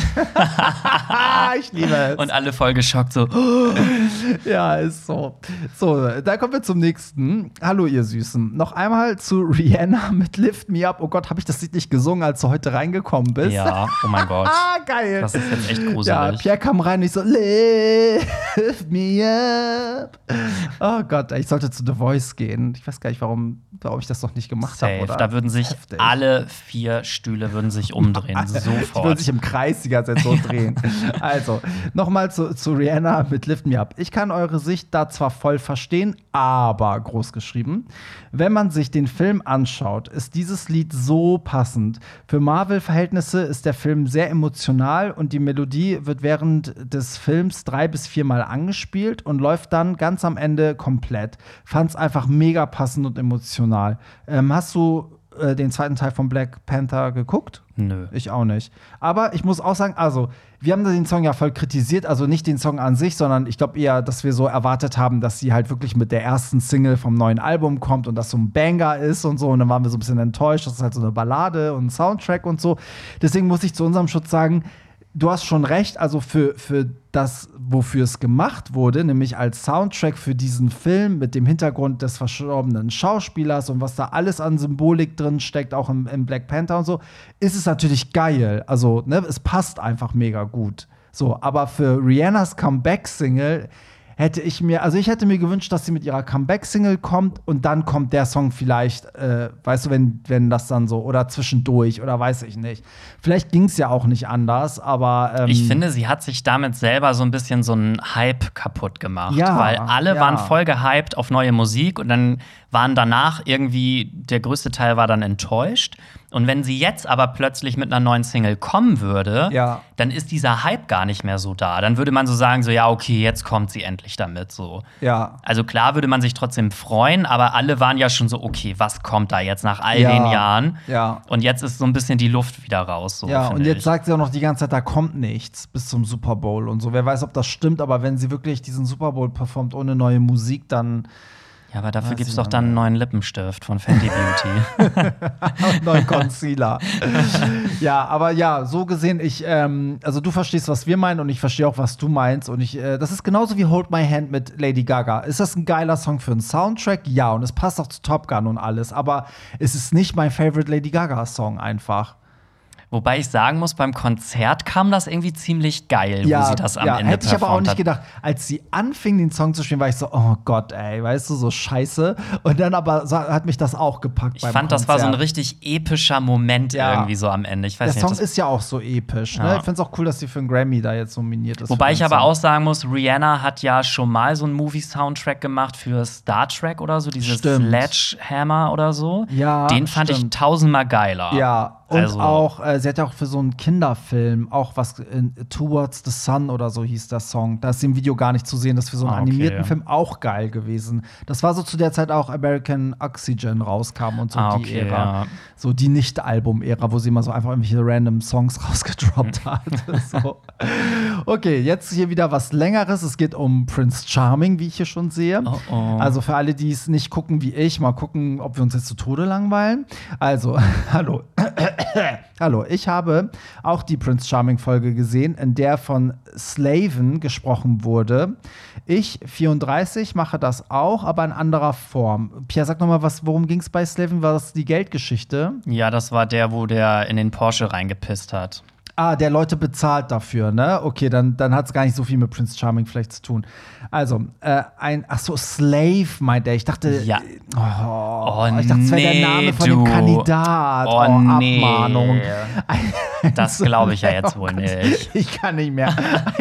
Ich liebe es. Und alle voll geschockt, so. Ja, ist so. So, da kommen wir zum nächsten. Hallo, ihr Süßen. Noch einmal zu Rihanna mit Lift Me Up. Oh Gott, habe ich das Lied nicht gesungen, als du heute reingekommen bist? Ja, oh mein Gott. Ah, geil. Das ist jetzt echt gruselig. Ja, Pierre kam rein und ich so, Lift Me me up. Oh Gott, ich sollte zu The Voice gehen. Ich weiß gar nicht, warum ich das noch nicht gemacht habe. Da würden sich alle 4 Stühle umdrehen. Sofort. Die würden sich im Kreis die ganze Zeit so drehen. Also, nochmal zu Rihanna mit Lift Me Up. Ich kann eure Sicht da zwar voll verstehen, aber groß geschrieben. Wenn man sich den Film anschaut, ist dieses Lied so passend. Für Marvel-Verhältnisse ist der Film sehr emotional und die Melodie wird während des Films 3 bis 4 Mal angespielt und läuft dann ganz am Ende komplett. Fand's einfach mega passend und emotional. Hast du den zweiten Teil von Black Panther geguckt? Nö. Ich auch nicht. Aber ich muss auch sagen, also, wir haben den Song ja voll kritisiert, also nicht den Song an sich, sondern ich glaube eher, dass wir so erwartet haben, dass sie halt wirklich mit der ersten Single vom neuen Album kommt und das so ein Banger ist und so. Und dann waren wir so ein bisschen enttäuscht, das ist halt so eine Ballade und ein Soundtrack und so. Deswegen muss ich zu unserem Schutz sagen, du hast schon recht, also für das, wofür es gemacht wurde, nämlich als Soundtrack für diesen Film mit dem Hintergrund des verstorbenen Schauspielers und was da alles an Symbolik drin steckt, auch im Black Panther und so, ist es natürlich geil. Also, ne, es passt einfach mega gut. So, aber für Rihannas Comeback-Single hätte ich hätte mir gewünscht, dass sie mit ihrer Comeback-Single kommt und dann kommt der Song vielleicht, weißt du, wenn das dann so, oder zwischendurch, oder weiß ich nicht. Vielleicht ging es ja auch nicht anders, aber ich finde, sie hat sich damit selber so ein bisschen so einen Hype kaputt gemacht. Ja, weil alle ja. waren voll gehypt auf neue Musik und dann waren danach irgendwie, der größte Teil war dann enttäuscht. Und wenn sie jetzt aber plötzlich mit einer neuen Single kommen würde, Ja. dann ist dieser Hype gar nicht mehr so da. Dann würde man so sagen, so ja, okay, jetzt kommt sie endlich damit. So. Ja. Also klar würde man sich trotzdem freuen, aber alle waren ja schon so, okay, was kommt da jetzt nach all Ja. den Jahren? Ja. Und jetzt ist so ein bisschen die Luft wieder raus. So, Ja, und finde jetzt ich. sagt sie auch noch die ganze Zeit, da kommt nichts bis zum Super Bowl und so. Wer weiß, ob das stimmt, aber wenn sie wirklich diesen Super Bowl performt ohne neue Musik, dann Ja, aber dafür Weiß gibt's ich doch noch dann einen nicht. neuen Lippenstift von Fenty Beauty. neuen Concealer. Ja, aber ja, so gesehen, also du verstehst, was wir meinen und ich verstehe auch, was du meinst. Und das ist genauso wie Hold My Hand mit Lady Gaga. Ist das ein geiler Song für einen Soundtrack? Ja, und es passt auch zu Top Gun und alles. Aber es ist nicht mein Favorite Lady Gaga-Song einfach. Wobei ich sagen muss, beim Konzert kam das irgendwie ziemlich geil, wo sie das am Ende hätte ich aber auch performt nicht hat. gedacht. Als sie anfing, den Song zu spielen, war ich so, oh Gott, ey, weißt du, so scheiße. Und dann aber hat mich das auch gepackt Ich beim fand, das war so ein Konzert. richtig epischer Moment Ja. irgendwie so am Ende. Ich weiß Der nicht, Song ist ja auch so episch. Ne? Ja. Ich finde es auch cool, dass sie für einen Grammy da jetzt nominiert ist. Wobei für ich den aber Song. auch sagen muss, Rihanna hat ja schon mal so einen Movie-Soundtrack gemacht für Star Trek oder so, dieses Stimmt. Sledgehammer oder so. Ja, Den fand ich stimmt. tausendmal geiler. Ja, und Also- auch, sie hat ja auch für so einen Kinderfilm, auch was Towards the Sun oder so hieß der Song. Da ist im Video gar nicht zu sehen, das ist für so einen Ah, okay. animierten Film auch geil gewesen. Das war so zu der Zeit auch American Oxygen rauskam und so die Okay, Ära. ja. So die Nicht-Album-Ära, wo sie immer so einfach irgendwelche random Songs rausgedroppt hat. So. Okay, jetzt hier wieder was Längeres. Es geht um Prince Charming, wie ich hier schon sehe. Oh, oh. Also für alle, die es nicht gucken wie ich, mal gucken, ob wir uns jetzt zu Tode langweilen. Also, hallo. Hallo, ich habe auch die Prince Charming-Folge gesehen, in der von Slaven gesprochen wurde. Ich, 34, mache das auch, aber in anderer Form. Pierre, sag noch mal, worum ging es bei Slaven? War das die Geldgeschichte? Ja, das war der, wo der in den Porsche reingepisst hat. Ah, der Leute bezahlt dafür, ne? Okay, dann hat es gar nicht so viel mit Prince Charming vielleicht zu tun. Also, Slave meint er. Ich dachte, Ja. ich dachte, es wäre der Name von dem Kandidat. Nee. Abmahnung. Das glaube ich ja jetzt wohl nicht. Ich kann nicht mehr.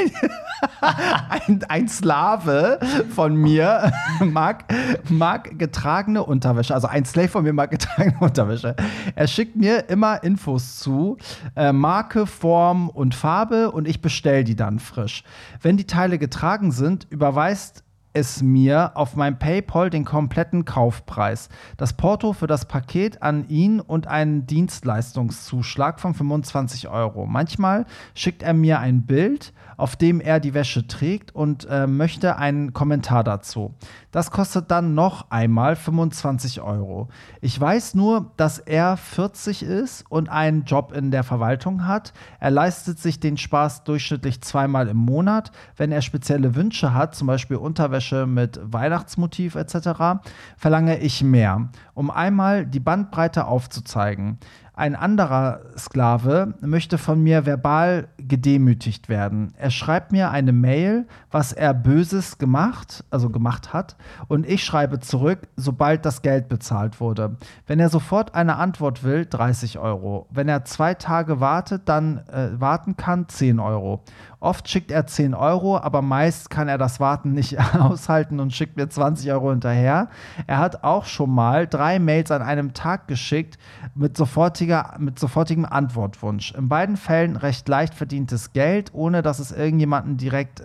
Ein Slave von mir mag getragene Unterwäsche. Also ein Slave von mir mag getragene Unterwäsche. Er schickt mir immer Infos zu, Marke, Form und Farbe und ich bestelle die dann frisch. Wenn die Teile getragen sind, überweist es mir auf meinem PayPal den kompletten Kaufpreis. Das Porto für das Paket an ihn und einen Dienstleistungszuschlag von 25 €. Manchmal schickt er mir ein Bild, auf dem er die Wäsche trägt und möchte einen Kommentar dazu. Das kostet dann noch einmal 25 €. Ich weiß nur, dass er 40 ist und einen Job in der Verwaltung hat. Er leistet sich den Spaß durchschnittlich 2-mal im Monat. Wenn er spezielle Wünsche hat, zum Beispiel Unterwäsche mit Weihnachtsmotiv etc., verlange ich mehr, um einmal die Bandbreite aufzuzeigen. Ein anderer Sklave möchte von mir verbal gedemütigt werden. Er schreibt mir eine Mail, was er Böses gemacht hat, und ich schreibe zurück, sobald das Geld bezahlt wurde. Wenn er sofort eine Antwort will, 30 Euro. Wenn er 2 Tage warten kann, 10 Euro. Oft schickt er 10 Euro, aber meist kann er das Warten nicht aushalten und schickt mir 20 Euro hinterher. Er hat auch schon mal 3 Mails an einem Tag geschickt mit sofortigem Antwortwunsch. In beiden Fällen recht leicht verdientes Geld, ohne dass es mit irgendjemandem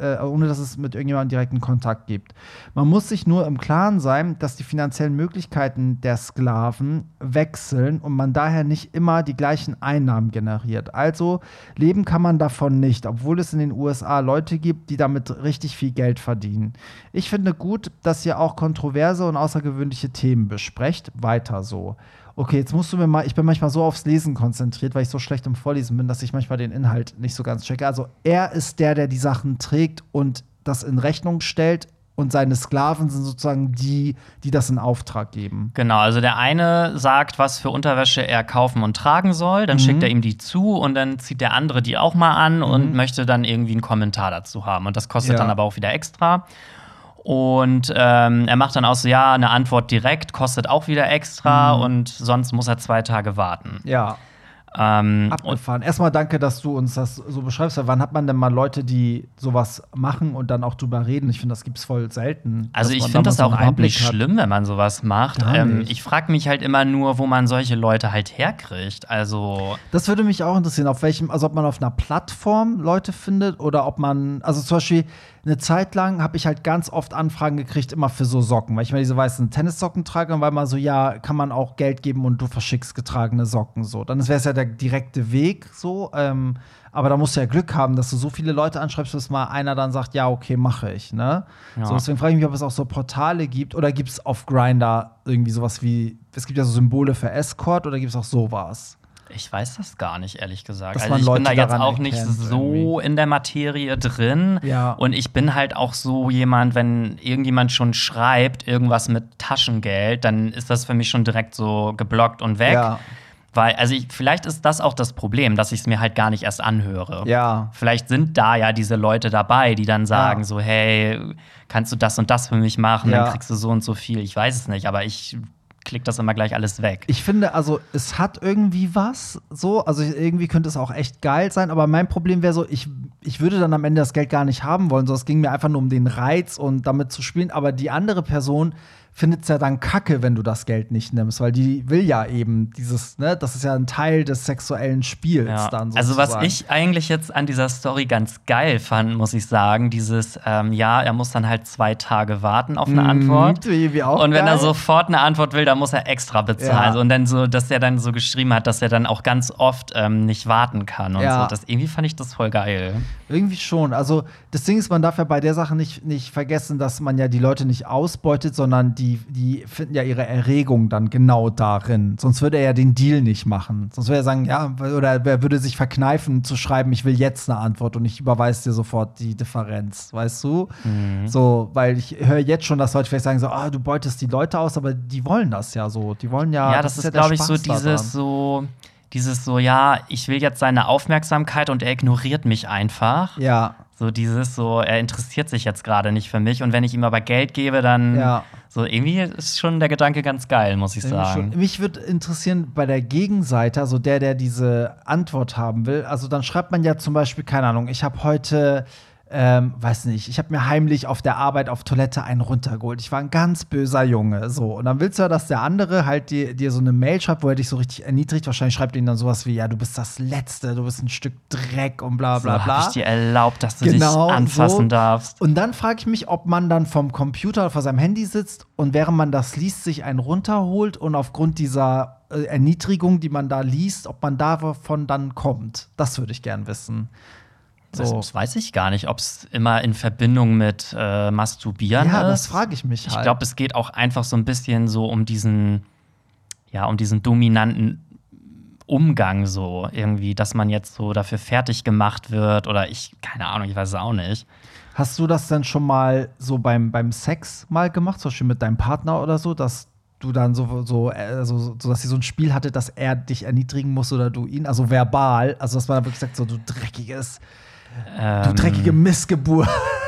direkten Kontakt gibt. Man muss sich nur im Klaren sein, dass die finanziellen Möglichkeiten der Sklaven wechseln und man daher nicht immer die gleichen Einnahmen generiert. Also leben kann man davon nicht, obwohl es in den USA Leute gibt, die damit richtig viel Geld verdienen. Ich finde gut, dass ihr auch kontroverse und außergewöhnliche Themen besprecht. Weiter so. Okay, jetzt musst du mir mal, ich bin manchmal so aufs Lesen konzentriert, weil ich so schlecht im Vorlesen bin, dass ich manchmal den Inhalt nicht so ganz checke. Also er ist der die Sachen trägt und das in Rechnung stellt. Und seine Sklaven sind sozusagen die das in Auftrag geben. Genau, also der eine sagt, was für Unterwäsche er kaufen und tragen soll, dann schickt er ihm die zu und dann zieht der andere die auch mal an und möchte dann irgendwie einen Kommentar dazu haben. Und das kostet dann aber auch wieder extra. Und er macht dann auch so, ja, eine Antwort direkt kostet auch wieder extra und sonst muss er 2 Tage warten. Ja. Abgefahren. Erstmal danke, dass du uns das so beschreibst. Wann hat man denn mal Leute, die sowas machen und dann auch drüber reden? Ich finde, das gibt's voll selten. Also ich finde das auch überhaupt nicht schlimm, wenn man sowas macht. Ich frage mich halt immer nur, wo man solche Leute halt herkriegt. Also das würde mich auch interessieren, ob man auf einer Plattform Leute findet oder ob man, also zum Beispiel eine Zeit lang habe ich halt ganz oft Anfragen gekriegt, immer für so Socken, weil ich mal diese weißen Tennissocken trage und weil man so, ja, kann man auch Geld geben und du verschickst getragene Socken so. Dann wäre es ja der direkte Weg so, aber da musst du ja Glück haben, dass du so viele Leute anschreibst, bis mal einer dann sagt, ja, okay, mache ich, ne? Ja. So, deswegen frage ich mich, ob es auch so Portale gibt oder gibt es auf Grindr irgendwie sowas wie, es gibt ja so Symbole für Escort oder gibt es auch sowas? Ich weiß das gar nicht, ehrlich gesagt. Dass also ich bin da jetzt auch nicht so irgendwie in der Materie drin. Ja. Und ich bin halt auch so jemand, wenn irgendjemand schon schreibt, irgendwas mit Taschengeld, dann ist das für mich schon direkt so geblockt und weg. Ja. Weil, also vielleicht ist das auch das Problem, dass ich es mir halt gar nicht erst anhöre. Ja. Vielleicht sind da ja diese Leute dabei, die dann sagen so, hey, kannst du das und das für mich machen? Dann kriegst du so und so viel. Ich weiß es nicht, aber ich klickt das immer gleich alles weg. Ich finde, also es hat irgendwie was so, also irgendwie könnte es auch echt geil sein, aber mein Problem wäre so, ich würde dann am Ende das Geld gar nicht haben wollen, so es ging mir einfach nur um den Reiz und damit zu spielen, aber die andere Person findet es ja dann kacke, wenn du das Geld nicht nimmst, weil die will ja eben dieses, ne, das ist ja ein Teil des sexuellen Spiels dann sozusagen. Also was ich eigentlich jetzt an dieser Story ganz geil fand, muss ich sagen, dieses, er muss dann halt 2 Tage warten auf eine Antwort. Wie auch und wenn geil. er sofort eine Antwort will, dann muss er extra bezahlen. Und dann so, dass er dann so geschrieben hat, dass er dann auch ganz oft nicht warten kann und so. Irgendwie fand ich das voll geil. Irgendwie schon. Also das Ding ist, man darf ja bei der Sache nicht vergessen, dass man ja die Leute nicht ausbeutet, sondern die finden ja ihre Erregung dann genau darin. Sonst würde er ja den Deal nicht machen. Sonst würde er sagen, ja, oder er würde sich verkneifen zu schreiben, ich will jetzt eine Antwort und ich überweise dir sofort die Differenz, weißt du? So, weil ich höre jetzt schon, dass Leute vielleicht sagen so, du beutest die Leute aus, aber die wollen das ja so. Die wollen ja. Ja, das ist glaube ich, so dieses so, ja, ich will jetzt seine Aufmerksamkeit und er ignoriert mich einfach. Ja. So dieses so, er interessiert sich jetzt gerade nicht für mich und wenn ich ihm aber Geld gebe, dann so irgendwie ist schon der Gedanke ganz geil, muss ich sagen. Schon. Mich würde interessieren, bei der Gegenseite, also der diese Antwort haben will, also dann schreibt man ja zum Beispiel, keine Ahnung, ich habe heute weiß nicht, ich habe mir heimlich auf der Arbeit auf Toilette einen runtergeholt. Ich war ein ganz böser Junge. So. Und dann willst du ja, dass der andere halt dir so eine Mail schreibt, wo er dich so richtig erniedrigt. Wahrscheinlich schreibt ihn dann sowas wie, ja, du bist das Letzte, du bist ein Stück Dreck und bla bla bla. Hab ich dir erlaubt, dass du dich anfassen darfst. Und dann frage ich mich, ob man dann vom Computer oder vor seinem Handy sitzt und während man das liest, sich einen runterholt und aufgrund dieser Erniedrigung, die man da liest, ob man davon dann kommt. Das würde ich gern wissen. So. Das weiß ich gar nicht, ob es immer in Verbindung mit Masturbieren ist. Ja, das frage ich mich halt. Ich glaube, es geht auch einfach so ein bisschen so um diesen dominanten Umgang so irgendwie, dass man jetzt so dafür fertig gemacht wird oder keine Ahnung, ich weiß es auch nicht. Hast du das denn schon mal so beim Sex mal gemacht, zum Beispiel mit deinem Partner oder so, dass du dann so, dass sie so ein Spiel hatte, dass er dich erniedrigen muss oder du ihn, also verbal, also dass man da wirklich sagt, so, du dreckige Missgeburt.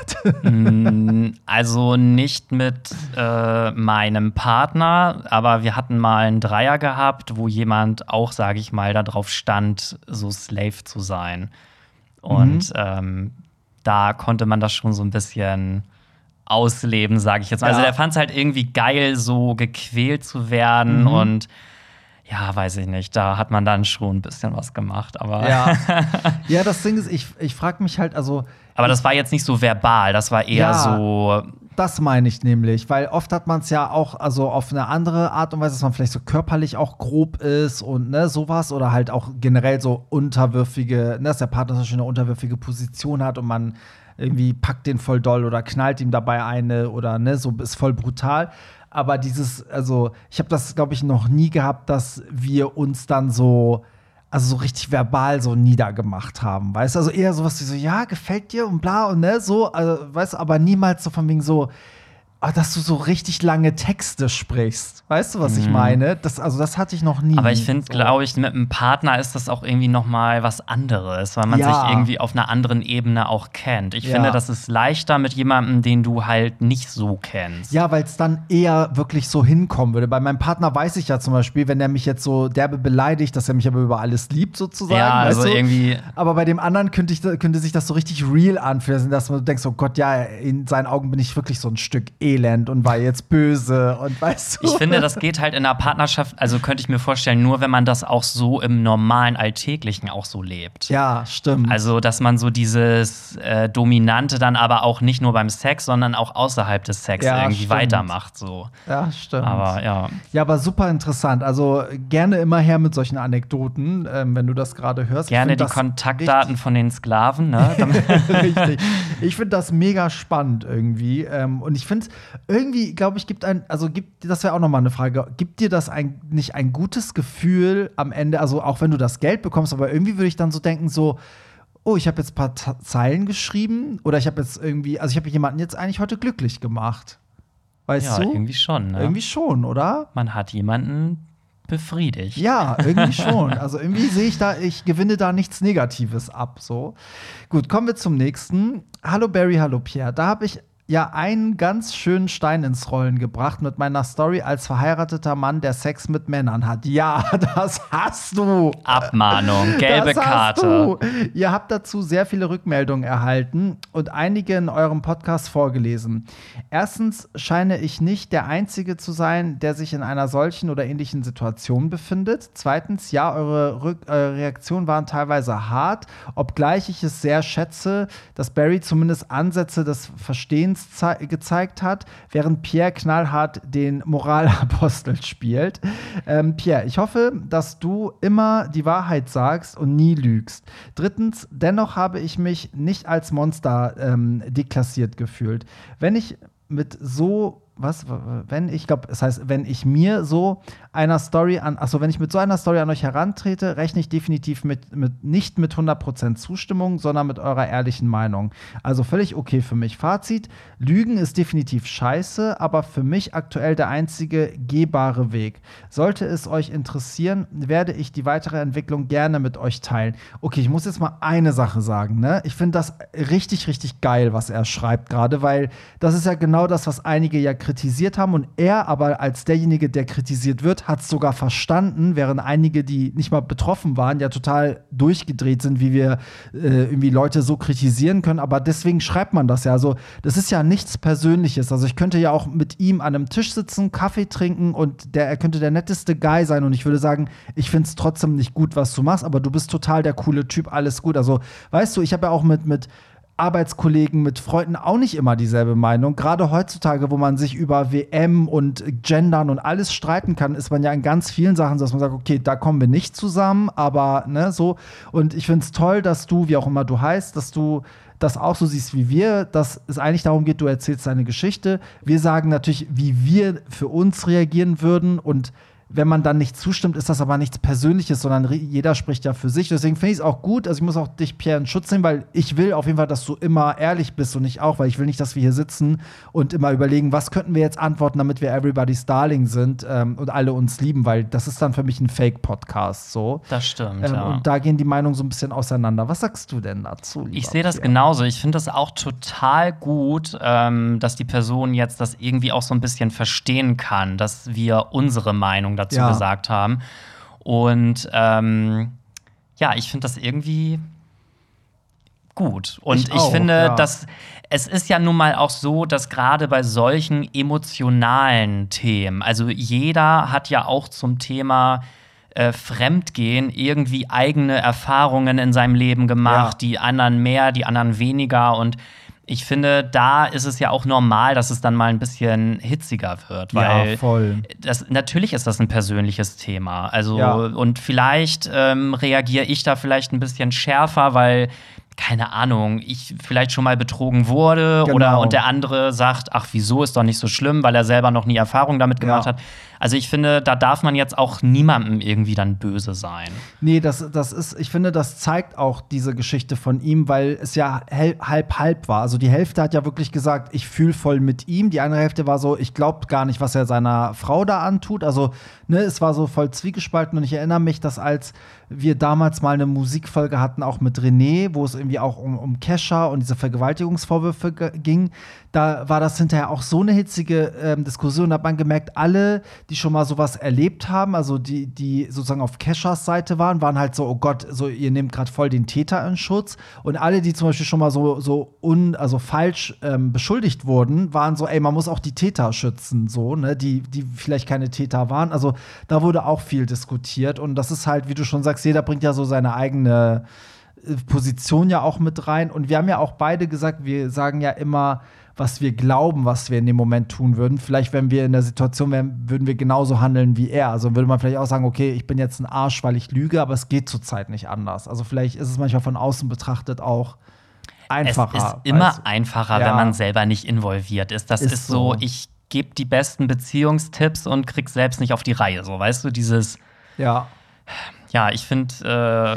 Also nicht mit meinem Partner, aber wir hatten mal einen Dreier gehabt, wo jemand auch, sage ich mal, darauf stand, so Slave zu sein. Und da konnte man das schon so ein bisschen ausleben, sage ich jetzt mal. Also der fand es halt irgendwie geil, so gequält zu werden und ja, weiß ich nicht, da hat man dann schon ein bisschen was gemacht, aber ja, das Ding ist, ich frage mich halt, also aber das war jetzt nicht so verbal, das war eher so. Das meine ich nämlich, weil oft hat man es ja auch also auf eine andere Art und Weise, dass man vielleicht so körperlich auch grob ist und ne, sowas oder halt auch generell so unterwürfige, ne, dass der Partner so schön eine unterwürfige Position hat und man irgendwie packt den voll doll oder knallt ihm dabei eine oder ne, so ist voll brutal. Aber also ich habe das, glaube ich, noch nie gehabt, dass wir uns dann so richtig verbal so niedergemacht haben, weißt du? Also eher sowas wie so, ja, gefällt dir und bla und ne, so, also, weißt du, aber niemals so von wegen so, dass du so richtig lange Texte sprichst. Weißt du, was ich meine? Das hatte ich noch nie. Aber ich finde, glaube ich, mit einem Partner ist das auch irgendwie noch mal was anderes, weil man sich irgendwie auf einer anderen Ebene auch kennt. Ich finde, das ist leichter mit jemandem, den du halt nicht so kennst. Ja, weil es dann eher wirklich so hinkommen würde. Bei meinem Partner weiß ich ja zum Beispiel, wenn er mich jetzt so derbe beleidigt, dass er mich aber über alles liebt, sozusagen. Ja, also weißt du? Irgendwie. Aber bei dem anderen könnte sich das so richtig real anfühlen, dass man denkt, oh Gott, ja, in seinen Augen bin ich wirklich so ein Stück Elend und war jetzt böse und weißt du. Ich finde, das geht halt in einer Partnerschaft, also könnte ich mir vorstellen, nur wenn man das auch so im normalen Alltäglichen auch so lebt. Ja, stimmt. Also, dass man so dieses Dominante dann aber auch nicht nur beim Sex, sondern auch außerhalb des Sex irgendwie weitermacht. So. Ja, stimmt. Aber ja, aber super interessant. Also gerne immer her mit solchen Anekdoten, wenn du das gerade hörst. Gerne die Kontaktdaten von den Sklaven, ne? Richtig. Ich finde das mega spannend irgendwie. Und ich finde irgendwie, glaube ich, das wäre auch noch mal eine Frage, gibt dir das nicht ein gutes Gefühl am Ende, also auch wenn du das Geld bekommst, aber irgendwie würde ich dann so denken, so, oh, ich habe jetzt ein paar Zeilen geschrieben oder ich habe jetzt irgendwie, also ich habe jemanden jetzt eigentlich heute glücklich gemacht. Weißt du? Ja, irgendwie schon, ne? Irgendwie schon, oder? Man hat jemanden befriedigt. Ja, irgendwie schon. Also irgendwie sehe ich gewinne da nichts Negatives ab, so. Gut, kommen wir zum nächsten. Hallo Barry, hallo Pierre. Da habe ich einen ganz schönen Stein ins Rollen gebracht mit meiner Story als verheirateter Mann, der Sex mit Männern hat. Ja, das hast du. Abmahnung, gelbe das Karte. Hast du. Ihr habt dazu sehr viele Rückmeldungen erhalten und einige in eurem Podcast vorgelesen. Erstens scheine ich nicht der Einzige zu sein, der sich in einer solchen oder ähnlichen Situation befindet. Zweitens, ja, eure Reaktionen waren teilweise hart, obgleich ich es sehr schätze, dass Barry zumindest Ansätze des Verstehens gezeigt hat, während Pierre knallhart den Moralapostel spielt. Pierre, ich hoffe, dass du immer die Wahrheit sagst und nie lügst. Drittens, dennoch habe ich mich nicht als Monster deklassiert gefühlt. Wenn ich mit so wenn ich mir so einer Story wenn ich mit so einer Story an euch herantrete, rechne ich definitiv nicht mit 100% Zustimmung, sondern mit eurer ehrlichen Meinung. Also völlig okay für mich. Fazit: Lügen ist definitiv scheiße, aber für mich aktuell der einzige gehbare Weg. Sollte es euch interessieren, werde ich die weitere Entwicklung gerne mit euch teilen. Okay, ich muss jetzt mal eine Sache sagen, ne? Ich finde das richtig, richtig geil, was er schreibt gerade, weil das ist ja genau das, was einige ja kritisiert haben und er aber als derjenige, der kritisiert wird, hat es sogar verstanden, während einige, die nicht mal betroffen waren, ja total durchgedreht sind, wie wir irgendwie Leute so kritisieren können, aber deswegen schreibt man das ja. Also das ist ja nichts Persönliches. Also ich könnte ja auch mit ihm an einem Tisch sitzen, Kaffee trinken und er könnte der netteste Guy sein und ich würde sagen, ich finde es trotzdem nicht gut, was du machst, aber du bist total der coole Typ, alles gut. Also weißt du, ich habe ja auch mit Arbeitskollegen, mit Freunden auch nicht immer dieselbe Meinung. Gerade heutzutage, wo man sich über WM und Gendern und alles streiten kann, ist man ja in ganz vielen Sachen so, dass man sagt, okay, da kommen wir nicht zusammen, aber ne, so. Und ich finde es toll, dass du, wie auch immer du heißt, dass du das auch so siehst wie wir, dass es eigentlich darum geht, du erzählst deine Geschichte. Wir sagen natürlich, wie wir für uns reagieren würden und wenn man dann nicht zustimmt, ist das aber nichts Persönliches, sondern jeder spricht ja für sich. Deswegen finde ich es auch gut. Also ich muss auch dich, Pierre, in Schutz nehmen, weil ich will auf jeden Fall, dass du immer ehrlich bist und ich auch, weil ich will nicht, dass wir hier sitzen und immer überlegen, was könnten wir jetzt antworten, damit wir Everybody's Darling sind und alle uns lieben, weil das ist dann für mich ein Fake-Podcast. So. Das stimmt, ja. Und da gehen die Meinungen so ein bisschen auseinander. Was sagst du denn dazu? Ich sehe das genauso. Ich finde das auch total gut, dass die Person jetzt das irgendwie auch so ein bisschen verstehen kann, dass wir unsere Meinung dazu gesagt haben. Und ich finde das irgendwie gut. Und ich finde, dass es ist ja nun mal auch so, dass gerade bei solchen emotionalen Themen, also jeder hat ja auch zum Thema Fremdgehen irgendwie eigene Erfahrungen in seinem Leben gemacht, die anderen mehr, die anderen weniger. Und ich finde, da ist es ja auch normal, dass es dann mal ein bisschen hitziger wird, weil voll. Natürlich ist das ein persönliches Thema. Also und vielleicht reagiere ich da vielleicht ein bisschen schärfer, weil keine Ahnung, ich vielleicht schon mal betrogen wurde und der andere sagt, ach, wieso, ist doch nicht so schlimm, weil er selber noch nie Erfahrung damit gemacht hat. Also ich finde, da darf man jetzt auch niemandem irgendwie dann böse sein. Nee, ich finde, das zeigt auch diese Geschichte von ihm, weil es ja halb war. Also die Hälfte hat ja wirklich gesagt, ich fühle voll mit ihm. Die andere Hälfte war so, ich glaube gar nicht, was er seiner Frau da antut. Also, es war so voll zwiegespalten. Und ich erinnere mich, dass als wir damals mal eine Musikfolge hatten, auch mit René, wo es irgendwie auch um Kesha und diese Vergewaltigungsvorwürfe ging, da war das hinterher auch so eine hitzige Diskussion. Da hat man gemerkt, alle, die schon mal sowas erlebt haben, also die sozusagen auf Keshas Seite waren halt so, oh Gott, so ihr nehmt gerade voll den Täter in Schutz. Und alle, die zum Beispiel schon mal so falsch beschuldigt wurden, waren so, ey, man muss auch die Täter schützen, so, ne, die vielleicht keine Täter waren. Also da wurde auch viel diskutiert. Und das ist halt, wie du schon sagst, jeder bringt ja so seine eigene Position ja auch mit rein. Und wir haben ja auch beide gesagt, wir sagen ja immer, was wir glauben, was wir in dem Moment tun würden. Vielleicht, wenn wir in der Situation wären, würden wir genauso handeln wie er. Also würde man vielleicht auch sagen, okay, ich bin jetzt ein Arsch, weil ich lüge, aber es geht zurzeit nicht anders. Also vielleicht ist es manchmal von außen betrachtet auch einfacher. Es ist immer einfacher, wenn man selber nicht involviert ist. Das ist so, ich gebe die besten Beziehungstipps und krieg selbst nicht auf die Reihe. So, weißt du, dieses ich finde,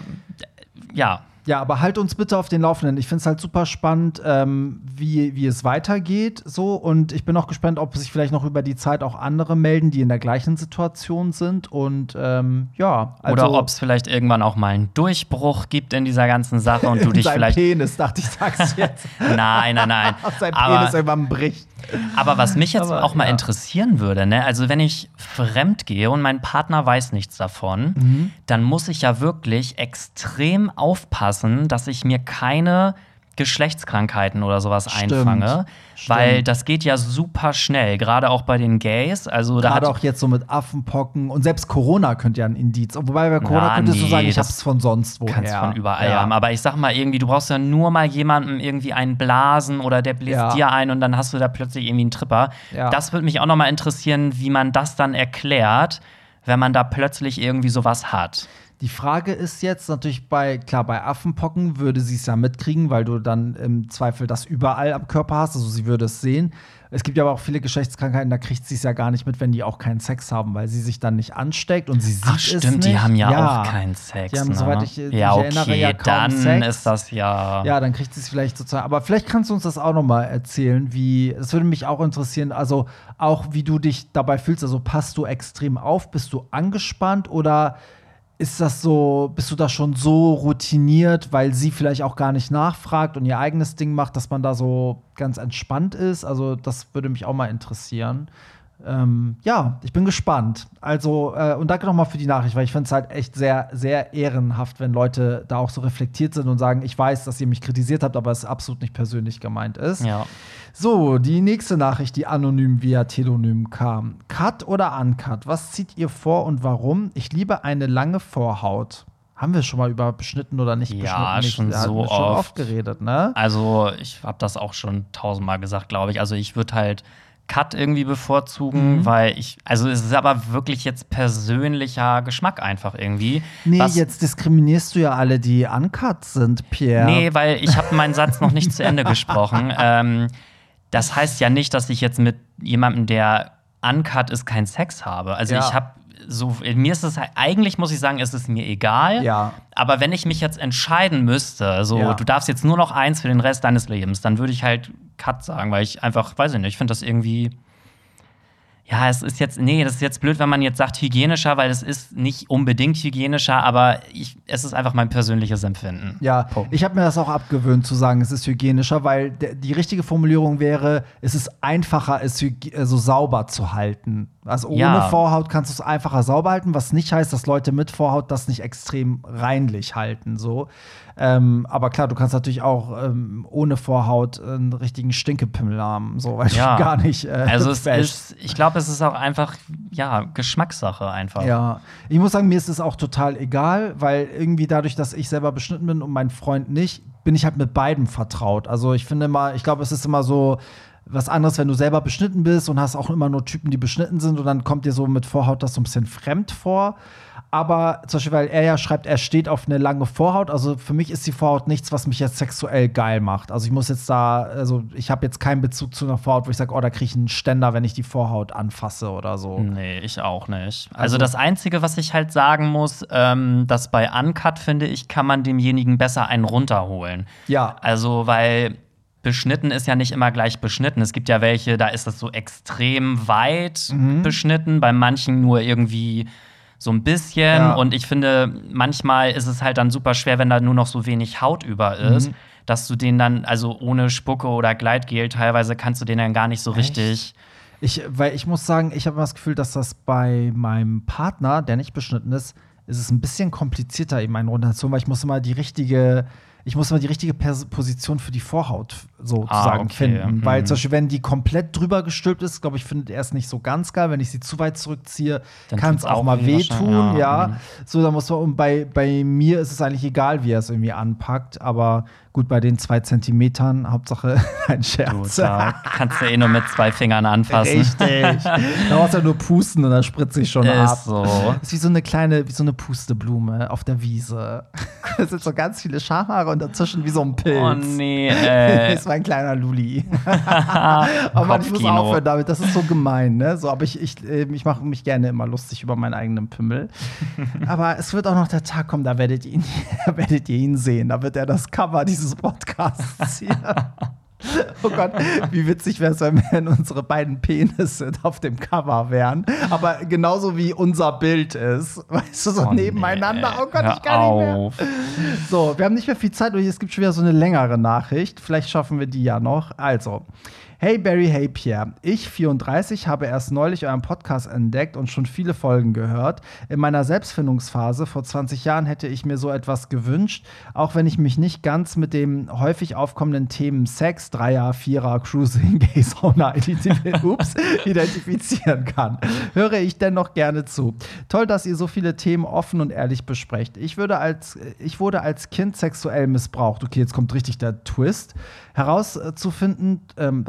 Ja, aber halt uns bitte auf den Laufenden. Ich finde es halt super spannend, wie es weitergeht. So. Und ich bin auch gespannt, ob sich vielleicht noch über die Zeit auch andere melden, die in der gleichen Situation sind. Und oder ob es vielleicht irgendwann auch mal einen Durchbruch gibt in dieser ganzen Sache und du dich vielleicht. Penis, dachte ich, sagst du jetzt. Nein. Ob sein Penis irgendwann bricht. Aber was mich jetzt auch mal interessieren würde, ne? Also wenn ich fremd gehe und mein Partner weiß nichts davon, dann muss ich ja wirklich extrem aufpassen, dass ich mir keine Geschlechtskrankheiten oder sowas einfange. Weil das geht ja super schnell, gerade auch bei den Gays. Also gerade auch jetzt so mit Affenpocken und selbst Corona könnte ja ein Indiz. Wobei bei Corona könntest du sagen, ich hab's von sonst woher. Kannst von überall haben. Aber ich sag mal irgendwie, du brauchst ja nur mal jemandem irgendwie einen blasen oder der bläst dir ein und dann hast du da plötzlich irgendwie einen Tripper. Ja. Das würde mich auch noch mal interessieren, wie man das dann erklärt, wenn man da plötzlich irgendwie sowas hat. Die Frage ist jetzt natürlich bei Affenpocken würde sie es ja mitkriegen, weil du dann im Zweifel das überall am Körper hast, also sie würde es sehen. Es gibt ja aber auch viele Geschlechtskrankheiten, da kriegt sie es ja gar nicht mit, wenn die auch keinen Sex haben, weil sie sich dann nicht ansteckt und sie sieht es nicht. Stimmt, die haben ja auch keinen Sex. Die haben, soweit ich erinnere, kaum dann Sex. Ist das ja. Ja, dann kriegt sie es vielleicht sozusagen. Aber vielleicht kannst du uns das auch noch mal erzählen, das würde mich auch interessieren, also auch wie du dich dabei fühlst, also passt du extrem auf, bist du angespannt oder ist das so, bist du da schon so routiniert, weil sie vielleicht auch gar nicht nachfragt und ihr eigenes Ding macht, dass man da so ganz entspannt ist? Also, das würde mich auch mal interessieren. Ich bin gespannt. Also, und danke nochmal für die Nachricht, weil ich finde es halt echt sehr, sehr ehrenhaft, wenn Leute da auch so reflektiert sind und sagen, ich weiß, dass ihr mich kritisiert habt, aber es absolut nicht persönlich gemeint ist. Ja. So, die nächste Nachricht, die anonym via Telonym kam. Cut oder Uncut? Was zieht ihr vor und warum? Ich liebe eine lange Vorhaut. Haben wir schon mal über beschnitten oder nicht beschnitten? Ja, schon so schon oft geredet, ne? Also, ich habe das auch schon 1000-mal gesagt, glaube ich. Also, ich würde halt Cut irgendwie bevorzugen, weil es ist aber wirklich jetzt persönlicher Geschmack einfach irgendwie. Nee, jetzt diskriminierst du ja alle, die Uncut sind, Pierre. Nee, weil ich habe meinen Satz noch nicht zu Ende gesprochen. Das heißt ja nicht, dass ich jetzt mit jemandem, der Uncut ist, keinen Sex habe. Also ich habe mir ist es halt, eigentlich muss ich sagen, ist es mir egal. Ja. Aber wenn ich mich jetzt entscheiden müsste, du darfst jetzt nur noch eins für den Rest deines Lebens, dann würde ich halt Cut sagen, weil ich einfach, weiß ich nicht, ich finde das irgendwie. Ja, das ist jetzt blöd, wenn man jetzt sagt hygienischer, weil es ist nicht unbedingt hygienischer, aber es ist einfach mein persönliches Empfinden. Ja, Punkt. ich habe mir das auch abgewöhnt zu sagen, es ist hygienischer, weil die richtige Formulierung wäre, es ist einfacher, es so sauber zu halten. Also ohne Vorhaut kannst du es einfacher sauber halten, was nicht heißt, dass Leute mit Vorhaut das nicht extrem reinlich halten. So. Aber klar, du kannst natürlich auch ohne Vorhaut einen richtigen Stinkepimmel haben, so, weil du gar nicht also ich glaube, es ist auch einfach, Geschmackssache einfach. Ja, ich muss sagen, mir ist es auch total egal, weil irgendwie dadurch, dass ich selber beschnitten bin und mein Freund nicht, bin ich halt mit beidem vertraut. Also ich glaube, es ist immer so was anderes, wenn du selber beschnitten bist und hast auch immer nur Typen, die beschnitten sind und dann kommt dir so mit Vorhaut das so ein bisschen fremd vor. Aber zum Beispiel, weil er ja schreibt, er steht auf eine lange Vorhaut. Also für mich ist die Vorhaut nichts, was mich jetzt sexuell geil macht. Also ich habe jetzt keinen Bezug zu einer Vorhaut, wo ich sage, da kriege ich einen Ständer, wenn ich die Vorhaut anfasse oder so. Nee, ich auch nicht. Also das Einzige, was ich halt sagen muss, dass bei Uncut, finde ich, kann man demjenigen besser einen runterholen. Ja. Also, weil beschnitten ist ja nicht immer gleich beschnitten. Es gibt ja welche, da ist das so extrem weit beschnitten, bei manchen nur irgendwie so ein bisschen. Ja. Und ich finde, manchmal ist es halt dann super schwer, wenn da nur noch so wenig Haut über ist, dass du den dann, also ohne Spucke oder Gleitgel, teilweise kannst du den dann gar nicht so richtig. Weil ich muss sagen, ich habe immer das Gefühl, dass das bei meinem Partner, der nicht beschnitten ist es ein bisschen komplizierter, eben einen runterzuholen, weil ich muss immer die richtige Position für die Vorhaut sozusagen finden. Weil zum Beispiel, wenn die komplett drüber gestülpt ist, glaube ich, findet er es nicht so ganz geil. Wenn ich sie zu weit zurückziehe, kann es auch mal wehtun. Ja. So, da muss man, und bei mir ist es eigentlich egal, wie er es irgendwie anpackt. Aber gut, bei den 2 Zentimetern, Hauptsache ein Scherz. Gut, da kannst du nur mit 2 Fingern anfassen. Richtig. Da muss er nur pusten und dann spritze ich schon ab. So. Das ist wie so eine Pusteblume auf der Wiese. Es sind so ganz viele Schamhaare und dazwischen wie so ein Pilz. Oh nee, ey. Das ist mein kleiner Luli. Aber man, ich muss aufhören damit, das ist so gemein, ne? So, aber ich mache mich gerne immer lustig über meinen eigenen Pimmel. Aber es wird auch noch der Tag kommen, da werdet ihr ihn sehen. Da wird er das Cover dieses Podcasts hier. Oh Gott, wie witzig wäre es, wenn unsere beiden Penisse auf dem Cover wären. Aber genauso wie unser Bild ist. Weißt du, so nebeneinander. Oh Gott, ich kann nicht mehr. So, wir haben nicht mehr viel Zeit. Es gibt schon wieder so eine längere Nachricht. Vielleicht schaffen wir die ja noch. Also, hey Barry, hey Pierre. Ich, 34, habe erst neulich euren Podcast entdeckt und schon viele Folgen gehört. In meiner Selbstfindungsphase vor 20 Jahren hätte ich mir so etwas gewünscht, auch wenn ich mich nicht ganz mit den häufig aufkommenden Themen Sex, Dreier, Vierer, Cruising, Gay Sauna identifizieren kann. Höre ich dennoch gerne zu. Toll, dass ihr so viele Themen offen und ehrlich besprecht. Ich wurde als Kind sexuell missbraucht. Okay, jetzt kommt richtig der Twist. Herauszufinden,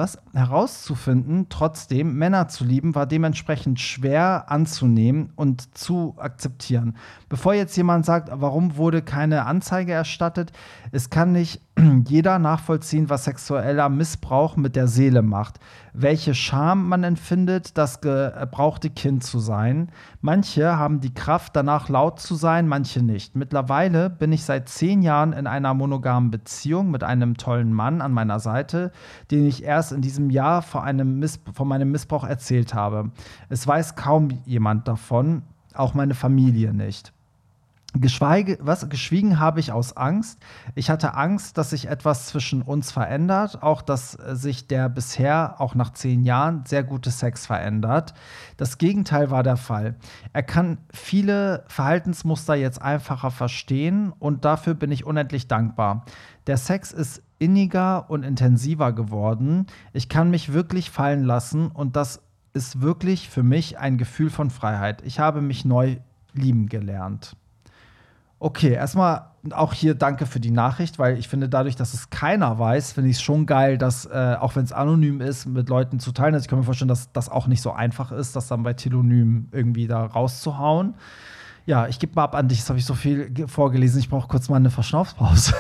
trotzdem Männer zu lieben, war dementsprechend schwer anzunehmen und zu akzeptieren. Bevor jetzt jemand sagt, warum wurde keine Anzeige erstattet, es kann nicht jeder nachvollziehen, was sexueller Missbrauch mit der Seele macht. Welche Scham man empfindet, das gebrauchte Kind zu sein. Manche haben die Kraft, danach laut zu sein, manche nicht. Mittlerweile bin ich seit 10 Jahren in einer monogamen Beziehung mit einem tollen Mann an meiner Seite, den ich erst in diesem Jahr von meinem Missbrauch erzählt habe. Es weiß kaum jemand davon, auch meine Familie nicht. Geschwiegen habe ich aus Angst. Ich hatte Angst, dass sich etwas zwischen uns verändert, auch dass sich der bisher, auch nach 10 Jahren, sehr gute Sex verändert. Das Gegenteil war der Fall. Er kann viele Verhaltensmuster jetzt einfacher verstehen und dafür bin ich unendlich dankbar. Der Sex ist inniger und intensiver geworden. Ich kann mich wirklich fallen lassen und das ist wirklich für mich ein Gefühl von Freiheit. Ich habe mich neu lieben gelernt. Okay, erstmal auch hier danke für die Nachricht, weil ich finde, dadurch, dass es keiner weiß, finde ich es schon geil, dass, auch wenn es anonym ist, mit Leuten zu teilen. Also ich kann mir vorstellen, dass das auch nicht so einfach ist, das dann bei Telonym irgendwie da rauszuhauen. Ja, ich gebe mal ab an dich, jetzt habe ich so viel vorgelesen, ich brauche kurz mal eine Verschnaufspause.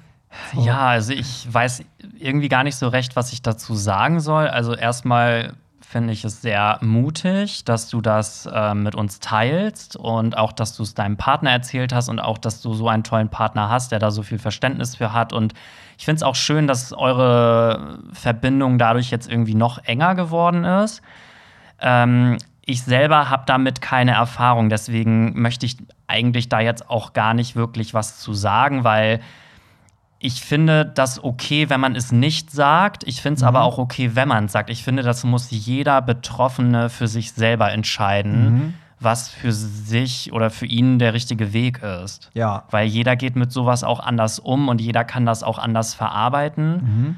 Ja, also ich weiß irgendwie gar nicht so recht, was ich dazu sagen soll. Also erstmal finde ich es sehr mutig, dass du das mit uns teilst und auch, dass du es deinem Partner erzählt hast und auch, dass du so einen tollen Partner hast, der da so viel Verständnis für hat. Und ich finde es auch schön, dass eure Verbindung dadurch jetzt irgendwie noch enger geworden ist. Ich selber habe damit keine Erfahrung, deswegen möchte ich eigentlich da jetzt auch gar nicht wirklich was zu sagen, weil ich finde das okay, wenn man es nicht sagt. Ich finde es aber auch okay, wenn man es sagt. Ich finde, das muss jeder Betroffene für sich selber entscheiden, was für sich oder für ihn der richtige Weg ist. Ja. Weil jeder geht mit sowas auch anders um und jeder kann das auch anders verarbeiten.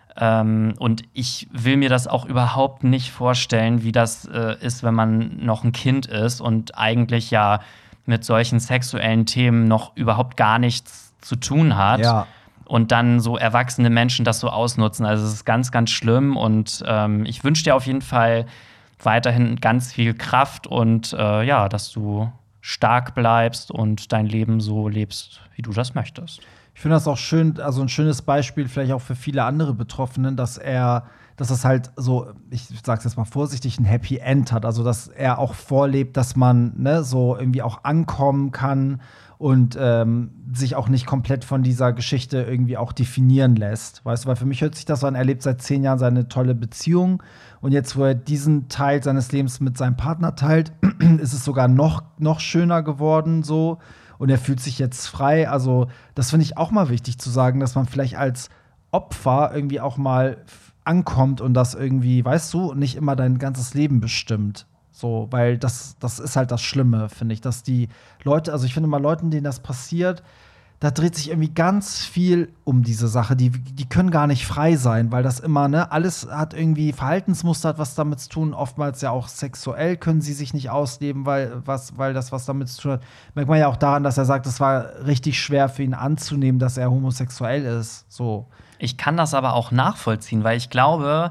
Und ich will mir das auch überhaupt nicht vorstellen, wie das ist, wenn man noch ein Kind ist und eigentlich ja mit solchen sexuellen Themen noch überhaupt gar nichts zu tun hat. Ja. Und dann so erwachsene Menschen das so ausnutzen. Also es ist ganz, ganz schlimm. Und ich wünsche dir auf jeden Fall weiterhin ganz viel Kraft und ja, dass du stark bleibst und dein Leben so lebst, wie du das möchtest. Ich finde das auch schön, also ein schönes Beispiel vielleicht auch für viele andere Betroffenen, dass das halt so, ich sag's jetzt mal vorsichtig, ein Happy End hat. Also, dass er auch vorlebt, dass man so irgendwie auch ankommen kann und sich auch nicht komplett von dieser Geschichte irgendwie auch definieren lässt. Weißt du, weil für mich hört sich das so an, er lebt seit 10 Jahren seine tolle Beziehung und jetzt, wo er diesen Teil seines Lebens mit seinem Partner teilt, ist es sogar noch schöner geworden so und er fühlt sich jetzt frei. Also, das finde ich auch mal wichtig zu sagen, dass man vielleicht als Opfer irgendwie auch mal ankommt und das irgendwie, weißt du, nicht immer dein ganzes Leben bestimmt. So, weil das ist halt das Schlimme, finde ich, dass die Leute, also ich finde mal Leuten, denen das passiert, da dreht sich irgendwie ganz viel um diese Sache. Die können gar nicht frei sein, weil das immer, alles hat irgendwie Verhaltensmuster, hat was damit zu tun. Oftmals ja auch sexuell können sie sich nicht ausleben, weil das was damit zu tun hat. Merkt man ja auch daran, dass er sagt, es war richtig schwer für ihn anzunehmen, dass er homosexuell ist. So. Ich kann das aber auch nachvollziehen, weil ich glaube,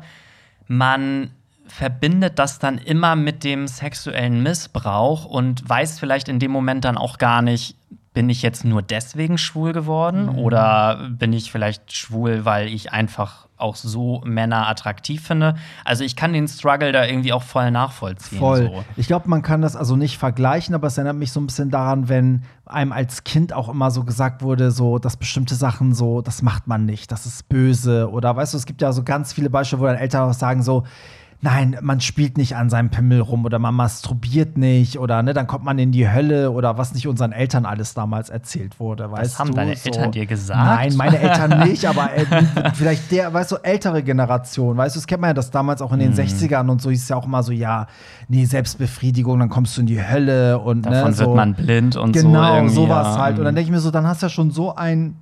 man verbindet das dann immer mit dem sexuellen Missbrauch und weiß vielleicht in dem Moment dann auch gar nicht, bin ich jetzt nur deswegen schwul geworden oder bin ich vielleicht schwul, weil ich einfach auch so Männer attraktiv finde. Also ich kann den Struggle da irgendwie auch voll nachvollziehen. Voll. So. Ich glaube, man kann das also nicht vergleichen, aber es erinnert mich so ein bisschen daran, wenn einem als Kind auch immer so gesagt wurde, so, dass bestimmte Sachen so, das macht man nicht, das ist böse. Oder weißt du, es gibt ja so ganz viele Beispiele, wo dann Eltern auch sagen so, nein, man spielt nicht an seinem Pimmel rum oder man masturbiert nicht oder dann kommt man in die Hölle oder was nicht unseren Eltern alles damals erzählt wurde, weißt du? Was haben deine Eltern dir gesagt? Nein, meine Eltern nicht, aber vielleicht weißt du, ältere Generation, weißt du, das kennt man ja, das damals auch in den 60ern und so hieß es ja auch immer so, ja, nee, Selbstbefriedigung, dann kommst du in die Hölle und davon so. wird man blind und so. Genau, sowas halt. Und dann denke ich mir so, dann hast du ja schon so ein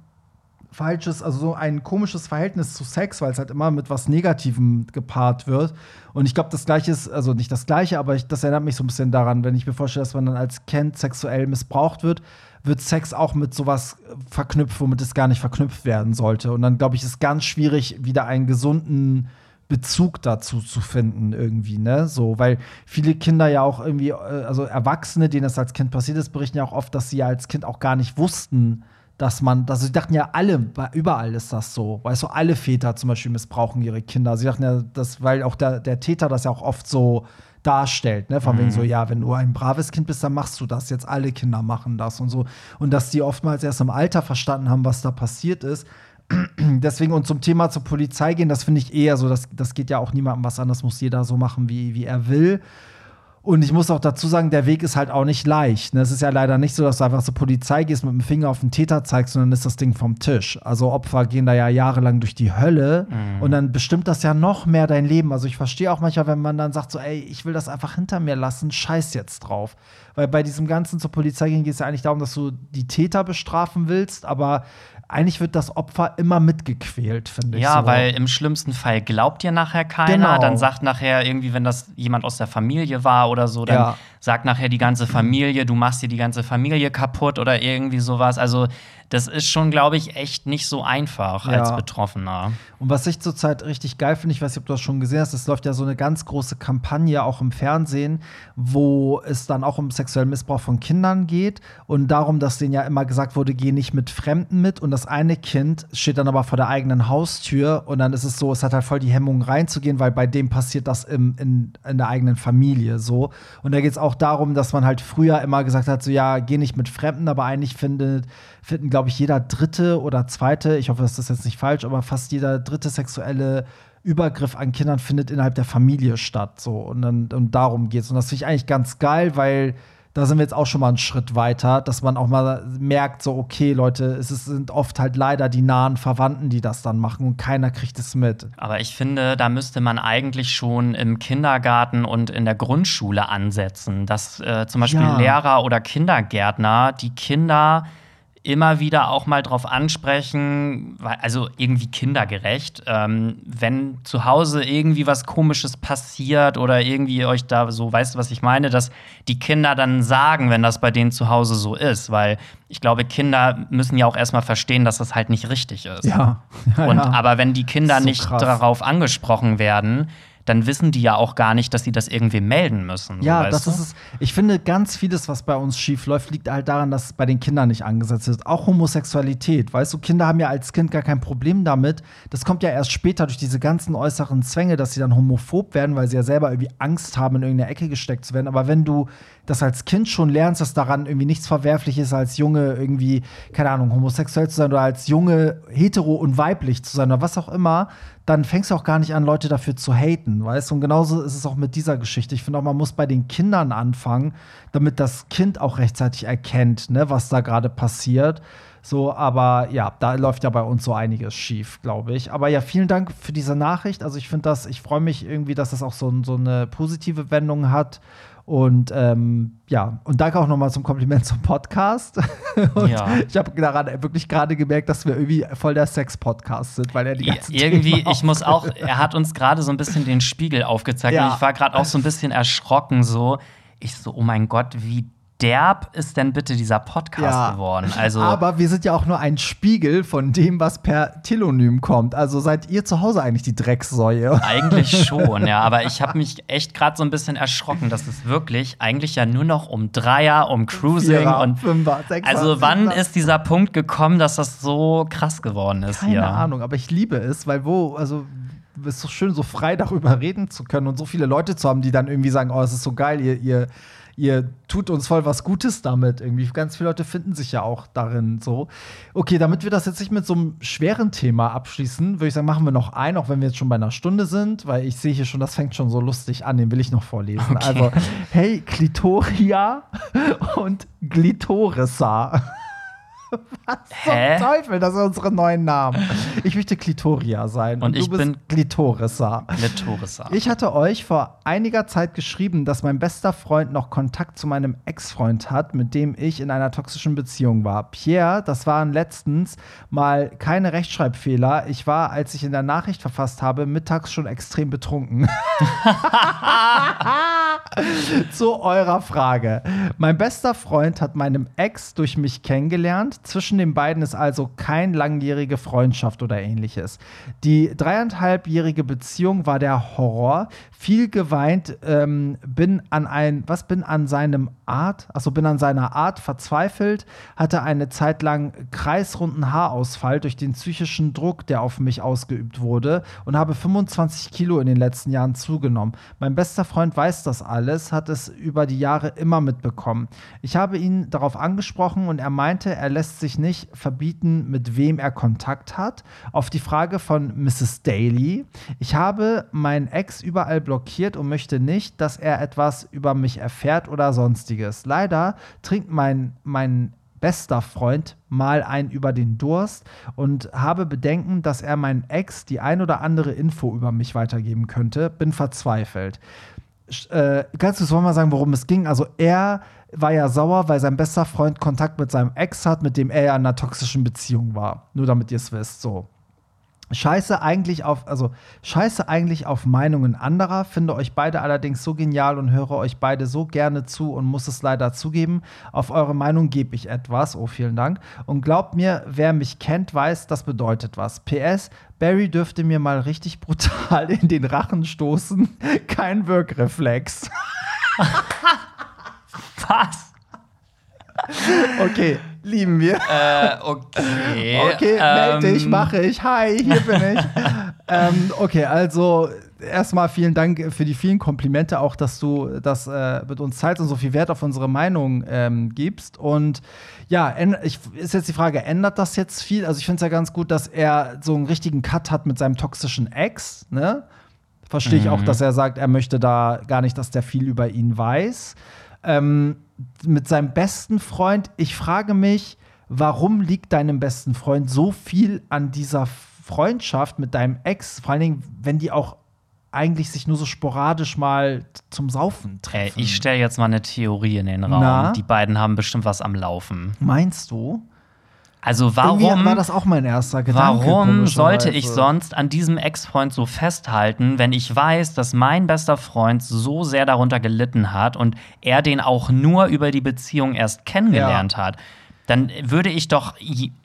so ein komisches Verhältnis zu Sex, weil es halt immer mit was Negativem gepaart wird. Und ich glaube, das Gleiche ist, also nicht das Gleiche, aber das erinnert mich so ein bisschen daran, wenn ich mir vorstelle, dass man dann als Kind sexuell missbraucht wird Sex auch mit sowas verknüpft, womit es gar nicht verknüpft werden sollte. Und dann, glaube ich, ist ganz schwierig, wieder einen gesunden Bezug dazu zu finden irgendwie, so, weil viele Kinder ja auch irgendwie, also Erwachsene, denen das als Kind passiert ist, berichten ja auch oft, dass sie ja als Kind auch gar nicht wussten, sie dachten ja überall ist das so. Weißt du, alle Väter zum Beispiel missbrauchen ihre Kinder. Sie dachten ja, weil auch der Täter das ja auch oft so darstellt, Von wegen so, ja, wenn du ein braves Kind bist, dann machst du das. Jetzt alle Kinder machen das und so. Und dass die oftmals erst im Alter verstanden haben, was da passiert ist. Deswegen, und zum Thema zur Polizei gehen, das finde ich eher so, das geht ja auch niemandem was an. Das muss jeder so machen, wie er will. Und ich muss auch dazu sagen, der Weg ist halt auch nicht leicht. Es ist ja leider nicht so, dass du einfach zur Polizei gehst, mit dem Finger auf den Täter zeigst und dann ist das Ding vom Tisch. Also Opfer gehen da ja jahrelang durch die Hölle und dann bestimmt das ja noch mehr dein Leben. Also ich verstehe auch manchmal, wenn man dann sagt so, ey, ich will das einfach hinter mir lassen, scheiß jetzt drauf. Weil bei diesem Ganzen zur Polizei gehen geht es ja eigentlich darum, dass du die Täter bestrafen willst, aber eigentlich wird das Opfer immer mitgequält, finde ich. Ja, so. Weil im schlimmsten Fall glaubt dir nachher keiner. Genau. Dann sagt nachher irgendwie, wenn das jemand aus der Familie war oder so, dann sagt nachher die ganze Familie, du machst dir die ganze Familie kaputt oder irgendwie sowas. Also das ist schon, glaube ich, echt nicht so einfach als Betroffener. Und was ich zurzeit richtig geil finde, ich weiß nicht, ob du das schon gesehen hast, es läuft ja so eine ganz große Kampagne auch im Fernsehen, wo es dann auch um sexuellen Missbrauch von Kindern geht und darum, dass denen ja immer gesagt wurde, geh nicht mit Fremden mit. Und das eine Kind steht dann aber vor der eigenen Haustür und dann ist es so, es hat halt voll die Hemmung reinzugehen, weil bei dem passiert das in der eigenen Familie so. Und da geht es auch darum, dass man halt früher immer gesagt hat, so ja, geh nicht mit Fremden, aber eigentlich finden, glaube ich, jeder dritte oder zweite, ich hoffe, das ist jetzt nicht falsch, aber fast jeder dritte sexuelle Übergriff an Kindern findet innerhalb der Familie statt. So. Und darum geht's. Und das finde ich eigentlich ganz geil, weil da sind wir jetzt auch schon mal einen Schritt weiter, dass man auch mal merkt, so, okay, Leute, sind oft halt leider die nahen Verwandten, die das dann machen und keiner kriegt es mit. Aber ich finde, da müsste man eigentlich schon im Kindergarten und in der Grundschule ansetzen, dass zum Beispiel Lehrer oder Kindergärtner die Kinder immer wieder auch mal drauf ansprechen, also irgendwie kindergerecht, wenn zu Hause irgendwie was Komisches passiert oder irgendwie euch da so, weißt du, was ich meine, dass die Kinder dann sagen, wenn das bei denen zu Hause so ist, weil ich glaube, Kinder müssen ja auch erstmal verstehen, dass das halt nicht richtig ist. Aber wenn die Kinder so nicht darauf angesprochen werden, dann wissen die ja auch gar nicht, dass sie das irgendwie melden müssen. Ja, das ist es. Ich finde, ganz vieles, was bei uns schief läuft, liegt halt daran, dass es bei den Kindern nicht angesetzt ist. Auch Homosexualität, weißt du, Kinder haben ja als Kind gar kein Problem damit. Das kommt ja erst später durch diese ganzen äußeren Zwänge, dass sie dann homophob werden, weil sie ja selber irgendwie Angst haben, in irgendeine Ecke gesteckt zu werden. Aber wenn du das als Kind schon lernst, dass daran irgendwie nichts Verwerfliches ist, als Junge irgendwie, keine Ahnung, homosexuell zu sein oder als Junge hetero und weiblich zu sein oder was auch immer, dann fängst du auch gar nicht an, Leute dafür zu haten, weißt du? Und genauso ist es auch mit dieser Geschichte. Ich finde auch, man muss bei den Kindern anfangen, damit das Kind auch rechtzeitig erkennt, ne, was da gerade passiert. So, aber ja, da läuft ja bei uns so einiges schief, glaube ich. Aber ja, vielen Dank für diese Nachricht. Also ich freue mich irgendwie, dass das auch so eine positive Wendung hat. Und und danke auch nochmal zum Kompliment zum Podcast. Ich habe daran wirklich gerade gemerkt, dass wir irgendwie voll der Sex-Podcast sind, weil er die ganze irgendwie, er hat uns gerade so ein bisschen den Spiegel aufgezeigt. Und ich war gerade auch so ein bisschen erschrocken, so. Ich so, oh mein Gott, wie derb ist denn bitte dieser Podcast geworden? Also, aber wir sind ja auch nur ein Spiegel von dem, was per Telonym kommt. Also seid ihr zu Hause eigentlich die Dreckssäue? Eigentlich schon, ja. Aber ich habe mich echt gerade so ein bisschen erschrocken, dass es wirklich eigentlich ja nur noch um Dreier, um Cruising Vierer, und Fünfer, Sechser, also wann ist dieser Punkt gekommen, dass das so krass geworden ist hier? Keine Ahnung, aber ich liebe es, weil es ist so schön, so frei darüber reden zu können und so viele Leute zu haben, die dann irgendwie sagen, oh, es ist so geil, ihr tut uns voll was Gutes damit irgendwie. Ganz viele Leute finden sich ja auch darin so. Okay, damit wir das jetzt nicht mit so einem schweren Thema abschließen, würde ich sagen, machen wir noch einen, auch wenn wir jetzt schon bei einer Stunde sind, weil ich sehe hier schon, das fängt schon so lustig an, den will ich noch vorlesen. Okay. Also, hey, Klitoria und Glitorissa. Was zum Teufel? Das sind unsere neuen Namen. Ich möchte Klitoria sein. Und du bist Glitorissa. Ich hatte euch vor einiger Zeit geschrieben, dass mein bester Freund noch Kontakt zu meinem Ex-Freund hat, mit dem ich in einer toxischen Beziehung war. Pierre, das waren letztens mal keine Rechtschreibfehler. Ich war, als ich in der Nachricht verfasst habe, mittags schon extrem betrunken. Zu eurer Frage. Mein bester Freund hat meinem Ex durch mich kennengelernt. Zwischen den beiden ist also keine langjährige Freundschaft oder ähnliches. Die 3,5-jährige Beziehung war der Horror. Viel geweint, bin an seiner Art verzweifelt, hatte eine Zeit lang kreisrunden Haarausfall durch den psychischen Druck, der auf mich ausgeübt wurde, und habe 25 Kilo in den letzten Jahren zugenommen. Mein bester Freund weiß das alles, hat es über die Jahre immer mitbekommen. Ich habe ihn darauf angesprochen und er meinte, er lässt sich nicht verbieten, mit wem er Kontakt hat. Auf die Frage von Mrs. Daly: Ich habe meinen Ex überall blockiert und möchte nicht, dass er etwas über mich erfährt oder sonstiges. Leider trinkt mein bester Freund mal ein über den Durst und habe Bedenken, dass er meinen Ex die ein oder andere Info über mich weitergeben könnte. Bin verzweifelt. Kannst du mal sagen, worum es ging? Also er war ja sauer, weil sein bester Freund Kontakt mit seinem Ex hat, mit dem er ja in einer toxischen Beziehung war. Nur damit ihr es wisst, so. Scheiße eigentlich auf Meinungen anderer, finde euch beide allerdings so genial und höre euch beide so gerne zu und muss es leider zugeben. Auf eure Meinung gebe ich etwas. Oh, vielen Dank. Und glaubt mir, wer mich kennt, weiß, das bedeutet was. PS, Barry dürfte mir mal richtig brutal in den Rachen stoßen. Kein Wirkreflex. Was? Okay, lieben wir. Okay. Okay, melde dich, mache ich. Hi, hier bin ich. Okay, also erstmal vielen Dank für die vielen Komplimente, auch dass du das mit uns teilst und so viel Wert auf unsere Meinung gibst. Und ja, ist jetzt die Frage, ändert das jetzt viel? Also ich finde es ja ganz gut, dass er so einen richtigen Cut hat mit seinem toxischen Ex, ne? Verstehe ich auch, dass er sagt, er möchte da gar nicht, dass der viel über ihn weiß. Mit seinem besten Freund, ich frage mich, warum liegt deinem besten Freund so viel an dieser Freundschaft mit deinem Ex? Vor allen Dingen, wenn die auch eigentlich sich nur so sporadisch mal zum Saufen treffen. Ich stelle jetzt mal eine Theorie in den Raum. Na? Die beiden haben bestimmt was am Laufen. Meinst du? Also Irgendwie warum war das auch mein erster Gedanke. Warum sollte komischerweise. ich sonst an diesem Ex-Freund so festhalten, wenn ich weiß, dass mein bester Freund so sehr darunter gelitten hat und er den auch nur über die Beziehung erst kennengelernt hat? Dann würde ich doch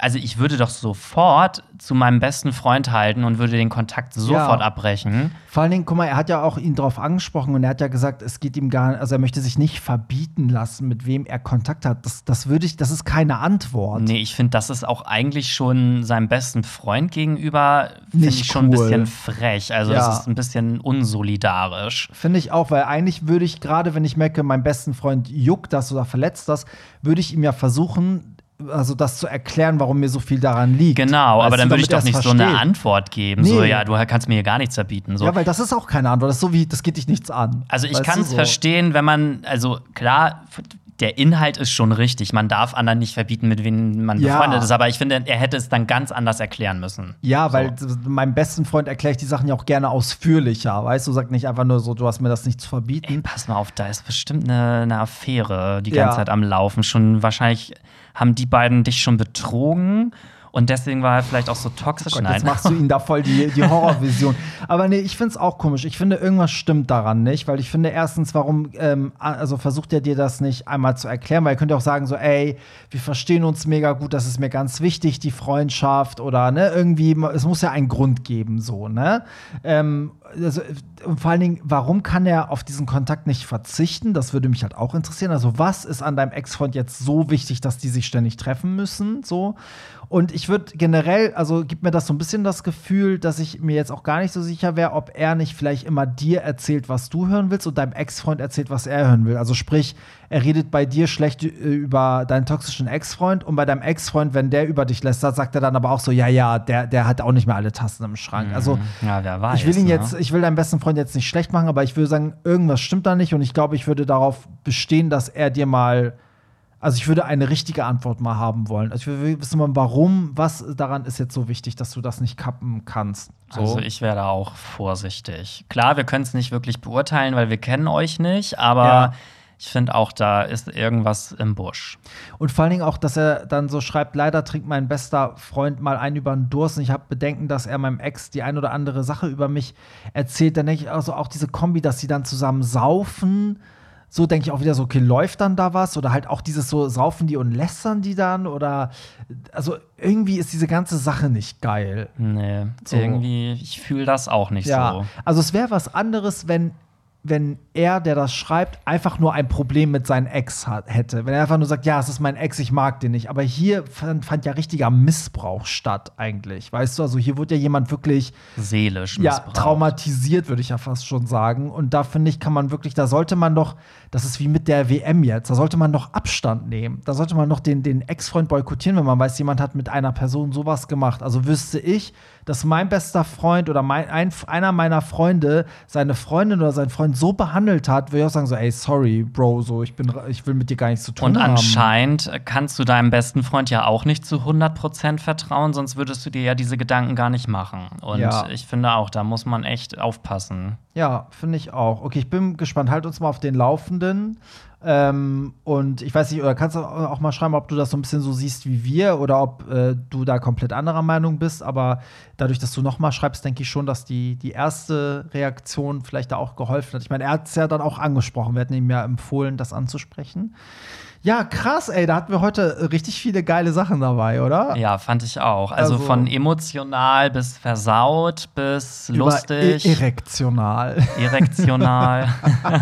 sofort zu meinem besten Freund halten und würde den Kontakt sofort abbrechen. Vor allen Dingen, guck mal, er hat ja auch ihn drauf angesprochen und er hat ja gesagt, es geht ihm gar nicht, also er möchte sich nicht verbieten lassen, mit wem er Kontakt hat. Das ist keine Antwort. Nee, ich finde, das ist auch eigentlich schon seinem besten Freund gegenüber, finde ich schon ein bisschen frech. Also das ist ein bisschen unsolidarisch. Finde ich auch, weil eigentlich würde ich, gerade wenn ich merke, meinem besten Freund juckt das oder verletzt das, würde ich ihm ja versuchen, also das zu erklären, warum mir so viel daran liegt. Genau, aber dann würde ich doch nicht so eine Antwort geben. Nee. So, ja, du kannst mir hier gar nichts verbieten. So. Ja, weil das ist auch keine Antwort. Das ist so wie, das geht dich nichts an. Also ich kann es verstehen, wenn man, also klar, der Inhalt ist schon richtig. Man darf anderen nicht verbieten, mit wem man befreundet ist. Aber ich finde, er hätte es dann ganz anders erklären müssen. Ja, weil meinem besten Freund erkläre ich die Sachen ja auch gerne ausführlicher. Weißt du, sag nicht einfach nur so, du hast mir das nicht zu verbieten. Ey, pass mal auf, da ist bestimmt eine Affäre die ganze Zeit am Laufen. Schon wahrscheinlich haben die beiden dich schon betrogen. Und deswegen war er vielleicht auch so toxisch. Oh Gott, jetzt machst du ihn da voll die Horrorvision. Aber nee, ich find's auch komisch. Ich finde, irgendwas stimmt daran nicht. Weil ich finde, erstens, warum versucht er dir das nicht einmal zu erklären? Weil ihr könnt ja auch sagen so, ey, wir verstehen uns mega gut, das ist mir ganz wichtig, die Freundschaft. Oder ne, irgendwie, es muss ja einen Grund geben, so, ne? Und vor allen Dingen, warum kann er auf diesen Kontakt nicht verzichten? Das würde mich halt auch interessieren. Also, was ist an deinem Ex-Freund jetzt so wichtig, dass die sich ständig treffen müssen? So. Und ich würde generell, also gibt mir das so ein bisschen das Gefühl, dass ich mir jetzt auch gar nicht so sicher wäre, ob er nicht vielleicht immer dir erzählt, was du hören willst und deinem Ex-Freund erzählt, was er hören will. Also sprich, er redet bei dir schlecht über deinen toxischen Ex-Freund und bei deinem Ex-Freund, wenn der über dich lästert, sagt er dann aber auch so, ja, der hat auch nicht mehr alle Tassen im Schrank. Also ja, wer weiß, ich will deinem besten Freund jetzt nicht schlecht machen, aber ich würde sagen, irgendwas stimmt da nicht und ich glaube, ich würde darauf bestehen, dass er dir mal, also ich würde eine richtige Antwort mal haben wollen. Also ich will wissen, warum, was daran ist jetzt so wichtig, dass du das nicht kappen kannst. So. Also ich wäre da auch vorsichtig. Klar, wir können es nicht wirklich beurteilen, weil wir kennen euch nicht, aber ich finde auch, da ist irgendwas im Busch. Und vor allen Dingen auch, dass er dann so schreibt, leider trinkt mein bester Freund mal einen über den Durst und ich habe Bedenken, dass er meinem Ex die ein oder andere Sache über mich erzählt. Dann denke ich also auch diese Kombi, dass sie dann zusammen saufen. So denke ich auch wieder so, okay, läuft dann da was? Oder halt auch dieses so, saufen die und lästern die dann? Oder, also irgendwie ist diese ganze Sache nicht geil. Nee, so. Irgendwie, ich fühle das auch nicht so. Also es wäre was anderes, wenn er, der das schreibt, einfach nur ein Problem mit seinem Ex hätte. Wenn er einfach nur sagt, ja, es ist mein Ex, ich mag den nicht. Aber hier fand ja richtiger Missbrauch statt eigentlich. Weißt du, also hier wurde ja jemand wirklich seelisch missbraucht. Traumatisiert, würde ich ja fast schon sagen. Und da finde ich, da sollte man doch, das ist wie mit der WM jetzt, da sollte man doch Abstand nehmen. Da sollte man doch den Ex-Freund boykottieren, wenn man weiß, jemand hat mit einer Person sowas gemacht. Also wüsste ich, dass mein bester Freund oder einer meiner Freunde seine Freundin oder seinen Freund so behandelt hat, würde ich auch sagen so, ey, sorry, Bro, so, ich will mit dir gar nichts zu tun haben. Und anscheinend kannst du deinem besten Freund ja auch nicht zu 100% vertrauen, sonst würdest du dir ja diese Gedanken gar nicht machen. Und ich finde auch, da muss man echt aufpassen. Ja, finde ich auch. Okay, ich bin gespannt. Halt uns mal auf den Laufenden. Zuhörenden. Und ich weiß nicht, oder kannst du auch mal schreiben, ob du das so ein bisschen so siehst wie wir oder ob du da komplett anderer Meinung bist. Aber dadurch, dass du noch mal schreibst, denke ich schon, dass die erste Reaktion vielleicht da auch geholfen hat. Ich meine, er hat es ja dann auch angesprochen. Wir hatten ihm ja empfohlen, das anzusprechen. Ja, krass, ey, da hatten wir heute richtig viele geile Sachen dabei, oder? Ja, fand ich auch. Also von emotional bis versaut bis lustig. Erektional. Erektional.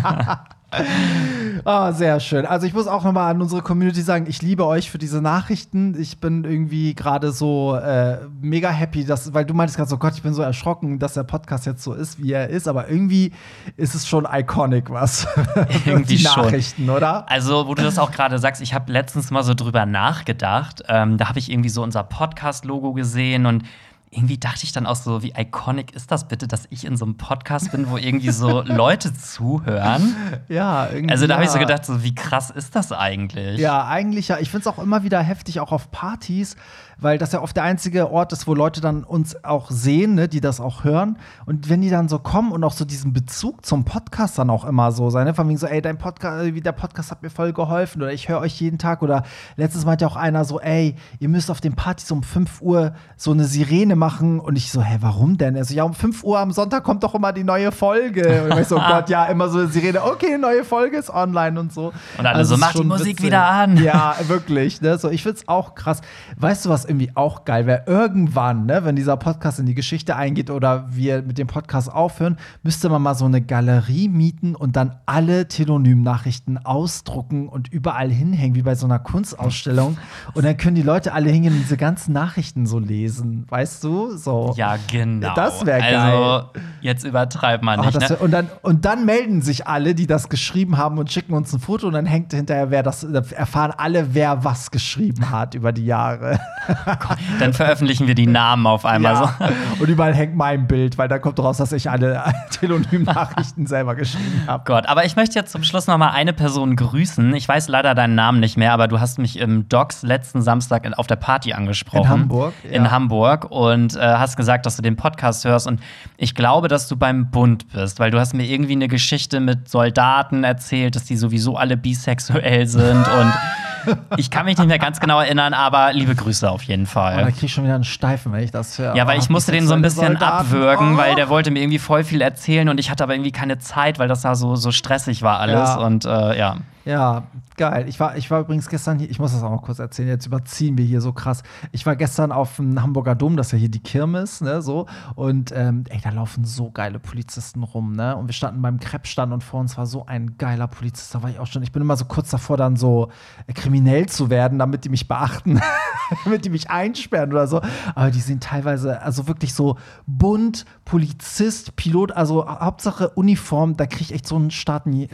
Sehr schön. Also ich muss auch noch mal an unsere Community sagen, ich liebe euch für diese Nachrichten. Ich bin irgendwie gerade so mega happy, weil du meintest gerade so, Gott, ich bin so erschrocken, dass der Podcast jetzt so ist, wie er ist. Aber irgendwie ist es schon iconic, was irgendwie die Nachrichten, schon. Oder? Also, wo du das auch gerade sagst, ich habe letztens mal so drüber nachgedacht. Da habe ich irgendwie so unser Podcast-Logo gesehen und irgendwie dachte ich dann auch so, wie iconic ist das bitte, dass ich in so einem Podcast bin, wo irgendwie so Leute zuhören. Ja, irgendwie. Also da habe ich so gedacht, so, wie krass ist das eigentlich? Ja, eigentlich ja. Ich finde es auch immer wieder heftig, auch auf Partys, weil das ja oft der einzige Ort ist, wo Leute dann uns auch sehen, ne, die das auch hören. Und wenn die dann so kommen und auch so diesen Bezug zum Podcast dann auch immer so sein, ne? Von wegen so, ey, der Podcast hat mir voll geholfen oder ich höre euch jeden Tag. Oder letztes Mal hat ja auch einer so, ey, ihr müsst auf den Partys um 5 Uhr so eine Sirene machen. Und ich so, hä, warum denn? Also, ja, um 5 Uhr am Sonntag kommt doch immer die neue Folge. Und ich so, oh Gott, ja, immer so eine Sirene, okay, neue Folge ist online und so. Und alle so, mach die Musik wieder an. Ja, wirklich, ne? So, ich find's auch krass. Weißt du, was irgendwie auch geil wäre? Irgendwann, ne, wenn dieser Podcast in die Geschichte eingeht oder wir mit dem Podcast aufhören, müsste man mal so eine Galerie mieten und dann alle Telonym-Nachrichten ausdrucken und überall hinhängen, wie bei so einer Kunstausstellung. Und dann können die Leute alle hingehen und diese ganzen Nachrichten so lesen. Weißt du? So. Ja, genau. Das wäre geil. Also, jetzt übertreibt man nicht, ne? Und dann melden sich alle, die das geschrieben haben und schicken uns ein Foto und dann hängt hinterher, erfahren alle, wer was geschrieben hat über die Jahre. Dann veröffentlichen wir die Namen auf einmal. Ja. So. Und überall hängt mein Bild, weil da kommt raus, dass ich alle Telonym-Nachrichten selber geschrieben habe. Gott, aber ich möchte jetzt zum Schluss noch mal eine Person grüßen. Ich weiß leider deinen Namen nicht mehr, aber du hast mich im Docs letzten Samstag auf der Party angesprochen. In Hamburg? Ja. In Hamburg und hast gesagt, dass du den Podcast hörst. Und ich glaube, dass du beim Bund bist, weil du hast mir irgendwie eine Geschichte mit Soldaten erzählt, dass die sowieso alle bisexuell sind und ich kann mich nicht mehr ganz genau erinnern, aber liebe Grüße auf jeden Fall. Da krieg ich schon wieder einen Steifen, wenn ich das höre. Ja, weil ich musste den so ein bisschen abwürgen, weil der wollte mir irgendwie voll viel erzählen und ich hatte aber irgendwie keine Zeit, weil das da so stressig war alles. Ja. Und ja. Ja, geil. Ich war übrigens gestern hier, ich muss das auch noch kurz erzählen, jetzt überziehen wir hier so krass. Ich war gestern auf dem Hamburger Dom, das ist ja hier die Kirmes, ne, so. Und ey, da laufen so geile Polizisten rum, ne. Und wir standen beim Crepe-Stand und vor uns war so ein geiler Polizist, da war ich auch schon. Ich bin immer so kurz davor, dann so kriminell zu werden, damit die mich beachten, damit die mich einsperren oder so. Aber die sind teilweise, also wirklich so bunt, Polizist, Pilot, also Hauptsache Uniform, da krieg ich echt so einen starken,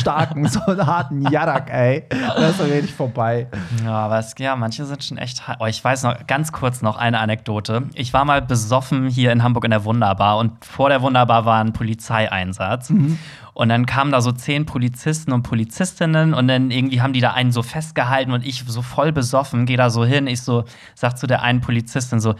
so einen harten Jarak, ey. Das ist doch richtig vorbei. Ja, aber manche sind schon echt. Oh, ich weiß noch, ganz kurz noch eine Anekdote. Ich war mal besoffen hier in Hamburg in der Wunderbar und vor der Wunderbar war ein Polizeieinsatz. Mhm. Und dann kamen da so 10 Polizisten und Polizistinnen und dann irgendwie haben die da einen so festgehalten und ich so voll besoffen, gehe da so hin. Sag zu der einen Polizistin so,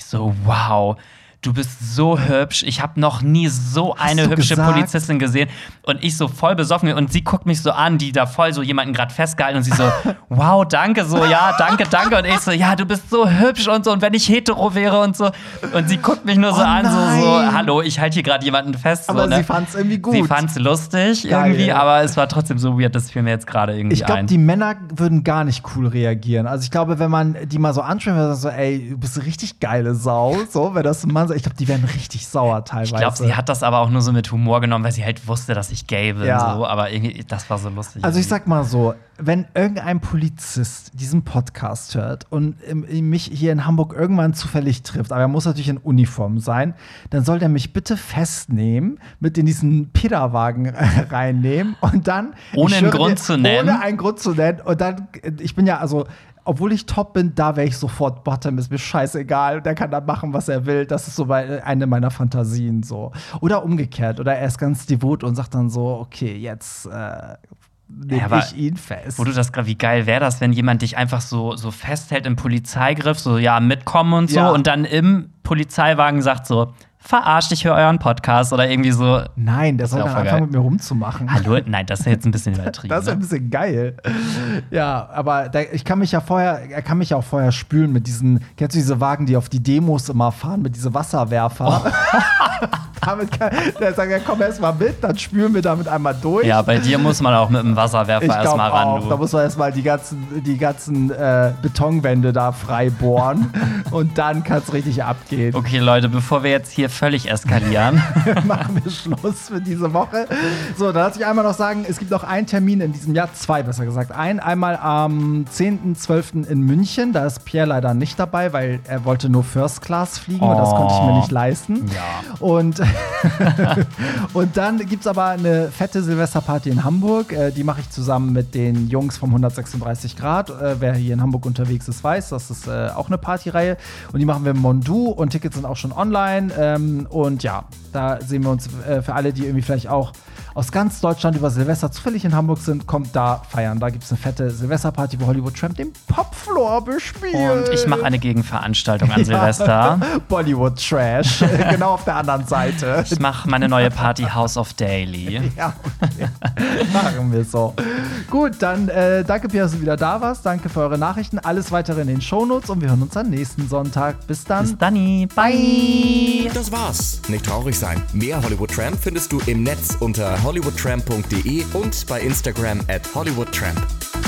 wow. Du bist so hübsch. Ich habe noch nie so eine hübsche Polizistin gesehen. Und ich so voll besoffen. Und sie guckt mich so an, die da voll so jemanden gerade festgehalten. Und sie so, wow, danke. So, ja, danke. Und ich so, ja, du bist so hübsch und so. Und wenn ich hetero wäre und so. Und sie guckt mich nur so an, so, hallo, ich halte hier gerade jemanden fest. Aber so, ne? Sie fand's irgendwie gut. Sie fand's lustig irgendwie. Aber es war trotzdem so weird, das fiel mir jetzt gerade irgendwie Ich glaube, die Männer würden gar nicht cool reagieren. Also ich glaube, wenn man die mal so anschauen würde, so, ey, du bist eine richtig geile Sau. So, wenn das ein Mann sagt, ich glaube, die werden richtig sauer teilweise. Ich glaube, sie hat das aber auch nur so mit Humor genommen, weil sie halt wusste, dass ich gay bin. Ja. So. Aber irgendwie, das war so lustig. Also ich sag mal so, wenn irgendein Polizist diesen Podcast hört und mich hier in Hamburg irgendwann zufällig trifft, aber er muss natürlich in Uniform sein, dann soll der mich bitte festnehmen, mit in diesen Pida-Wagen reinnehmen und dann ohne einen Grund zu nennen. Ohne einen Grund zu nennen. Und dann, ich bin ja, also obwohl ich top bin, da wäre ich sofort Bottom, ist mir scheißegal. Der kann da machen, was er will. Das ist so eine meiner Fantasien so. Oder umgekehrt. Oder er ist ganz devot und sagt dann so, okay, jetzt nehme ich ihn fest. Wo du das gerade, wie geil wäre das, wenn jemand dich einfach so festhält im Polizeigriff, so ja, mitkommen und so, und dann im Polizeiwagen sagt so, verarscht, ich höre euren Podcast oder irgendwie so. Nein, der soll wär dann auch voll anfangen geil. mit mir rumzumachen. Hallo? Nein, das ist jetzt ein bisschen übertrieben. Das ist ein bisschen geil. Ja, aber er kann mich ja auch vorher spülen mit diesen, kennst du diese Wagen, die auf die Demos immer fahren, mit diese Wasserwerfer? Der sagt, ja, komm erst mal mit, dann spülen wir damit einmal durch. Ja, bei dir muss man auch mit dem Wasserwerfer Ich erstmal glaube ran. auch, Du. da muss man erstmal die ganzen Betonwände da frei bohren und dann kann es richtig abgehen. Okay, Leute, bevor wir jetzt hier völlig eskalieren. Machen wir Schluss für diese Woche. So, dann lasse ich einmal noch sagen, es gibt noch einen Termin in diesem Jahr, zwei besser gesagt. Einmal am 10.12. in München, da ist Pierre leider nicht dabei, weil er wollte nur First Class fliegen und das konnte ich mir nicht leisten. Ja. Und dann gibt es aber eine fette Silvesterparty in Hamburg. Die mache ich zusammen mit den Jungs vom 136 Grad. Wer hier in Hamburg unterwegs ist, weiß, das ist auch eine Partyreihe. Und die machen wir im Mondu und Tickets sind auch schon online. Und ja, da sehen wir uns für alle, die irgendwie vielleicht auch aus ganz Deutschland über Silvester zufällig in Hamburg sind, kommt da feiern. Da gibt es eine fette Silvesterparty, wo Hollywood Tramp den Popfloor bespielt. Und ich mache eine Gegenveranstaltung an Silvester. Bollywood Trash. Genau auf der anderen Seite. Ich mache meine neue Party House of Daily. Ja, okay. Machen wir so. Gut, dann danke, Pierre, dass du wieder da warst. Danke für eure Nachrichten. Alles weitere in den Shownotes und wir hören uns am nächsten Sonntag. Bis dann. Bis dann. Bye. Das war's. Nicht traurig sein. Mehr Hollywood Tramp findest du im Netz unter hollywoodtramp.de und bei Instagram @hollywoodtramp.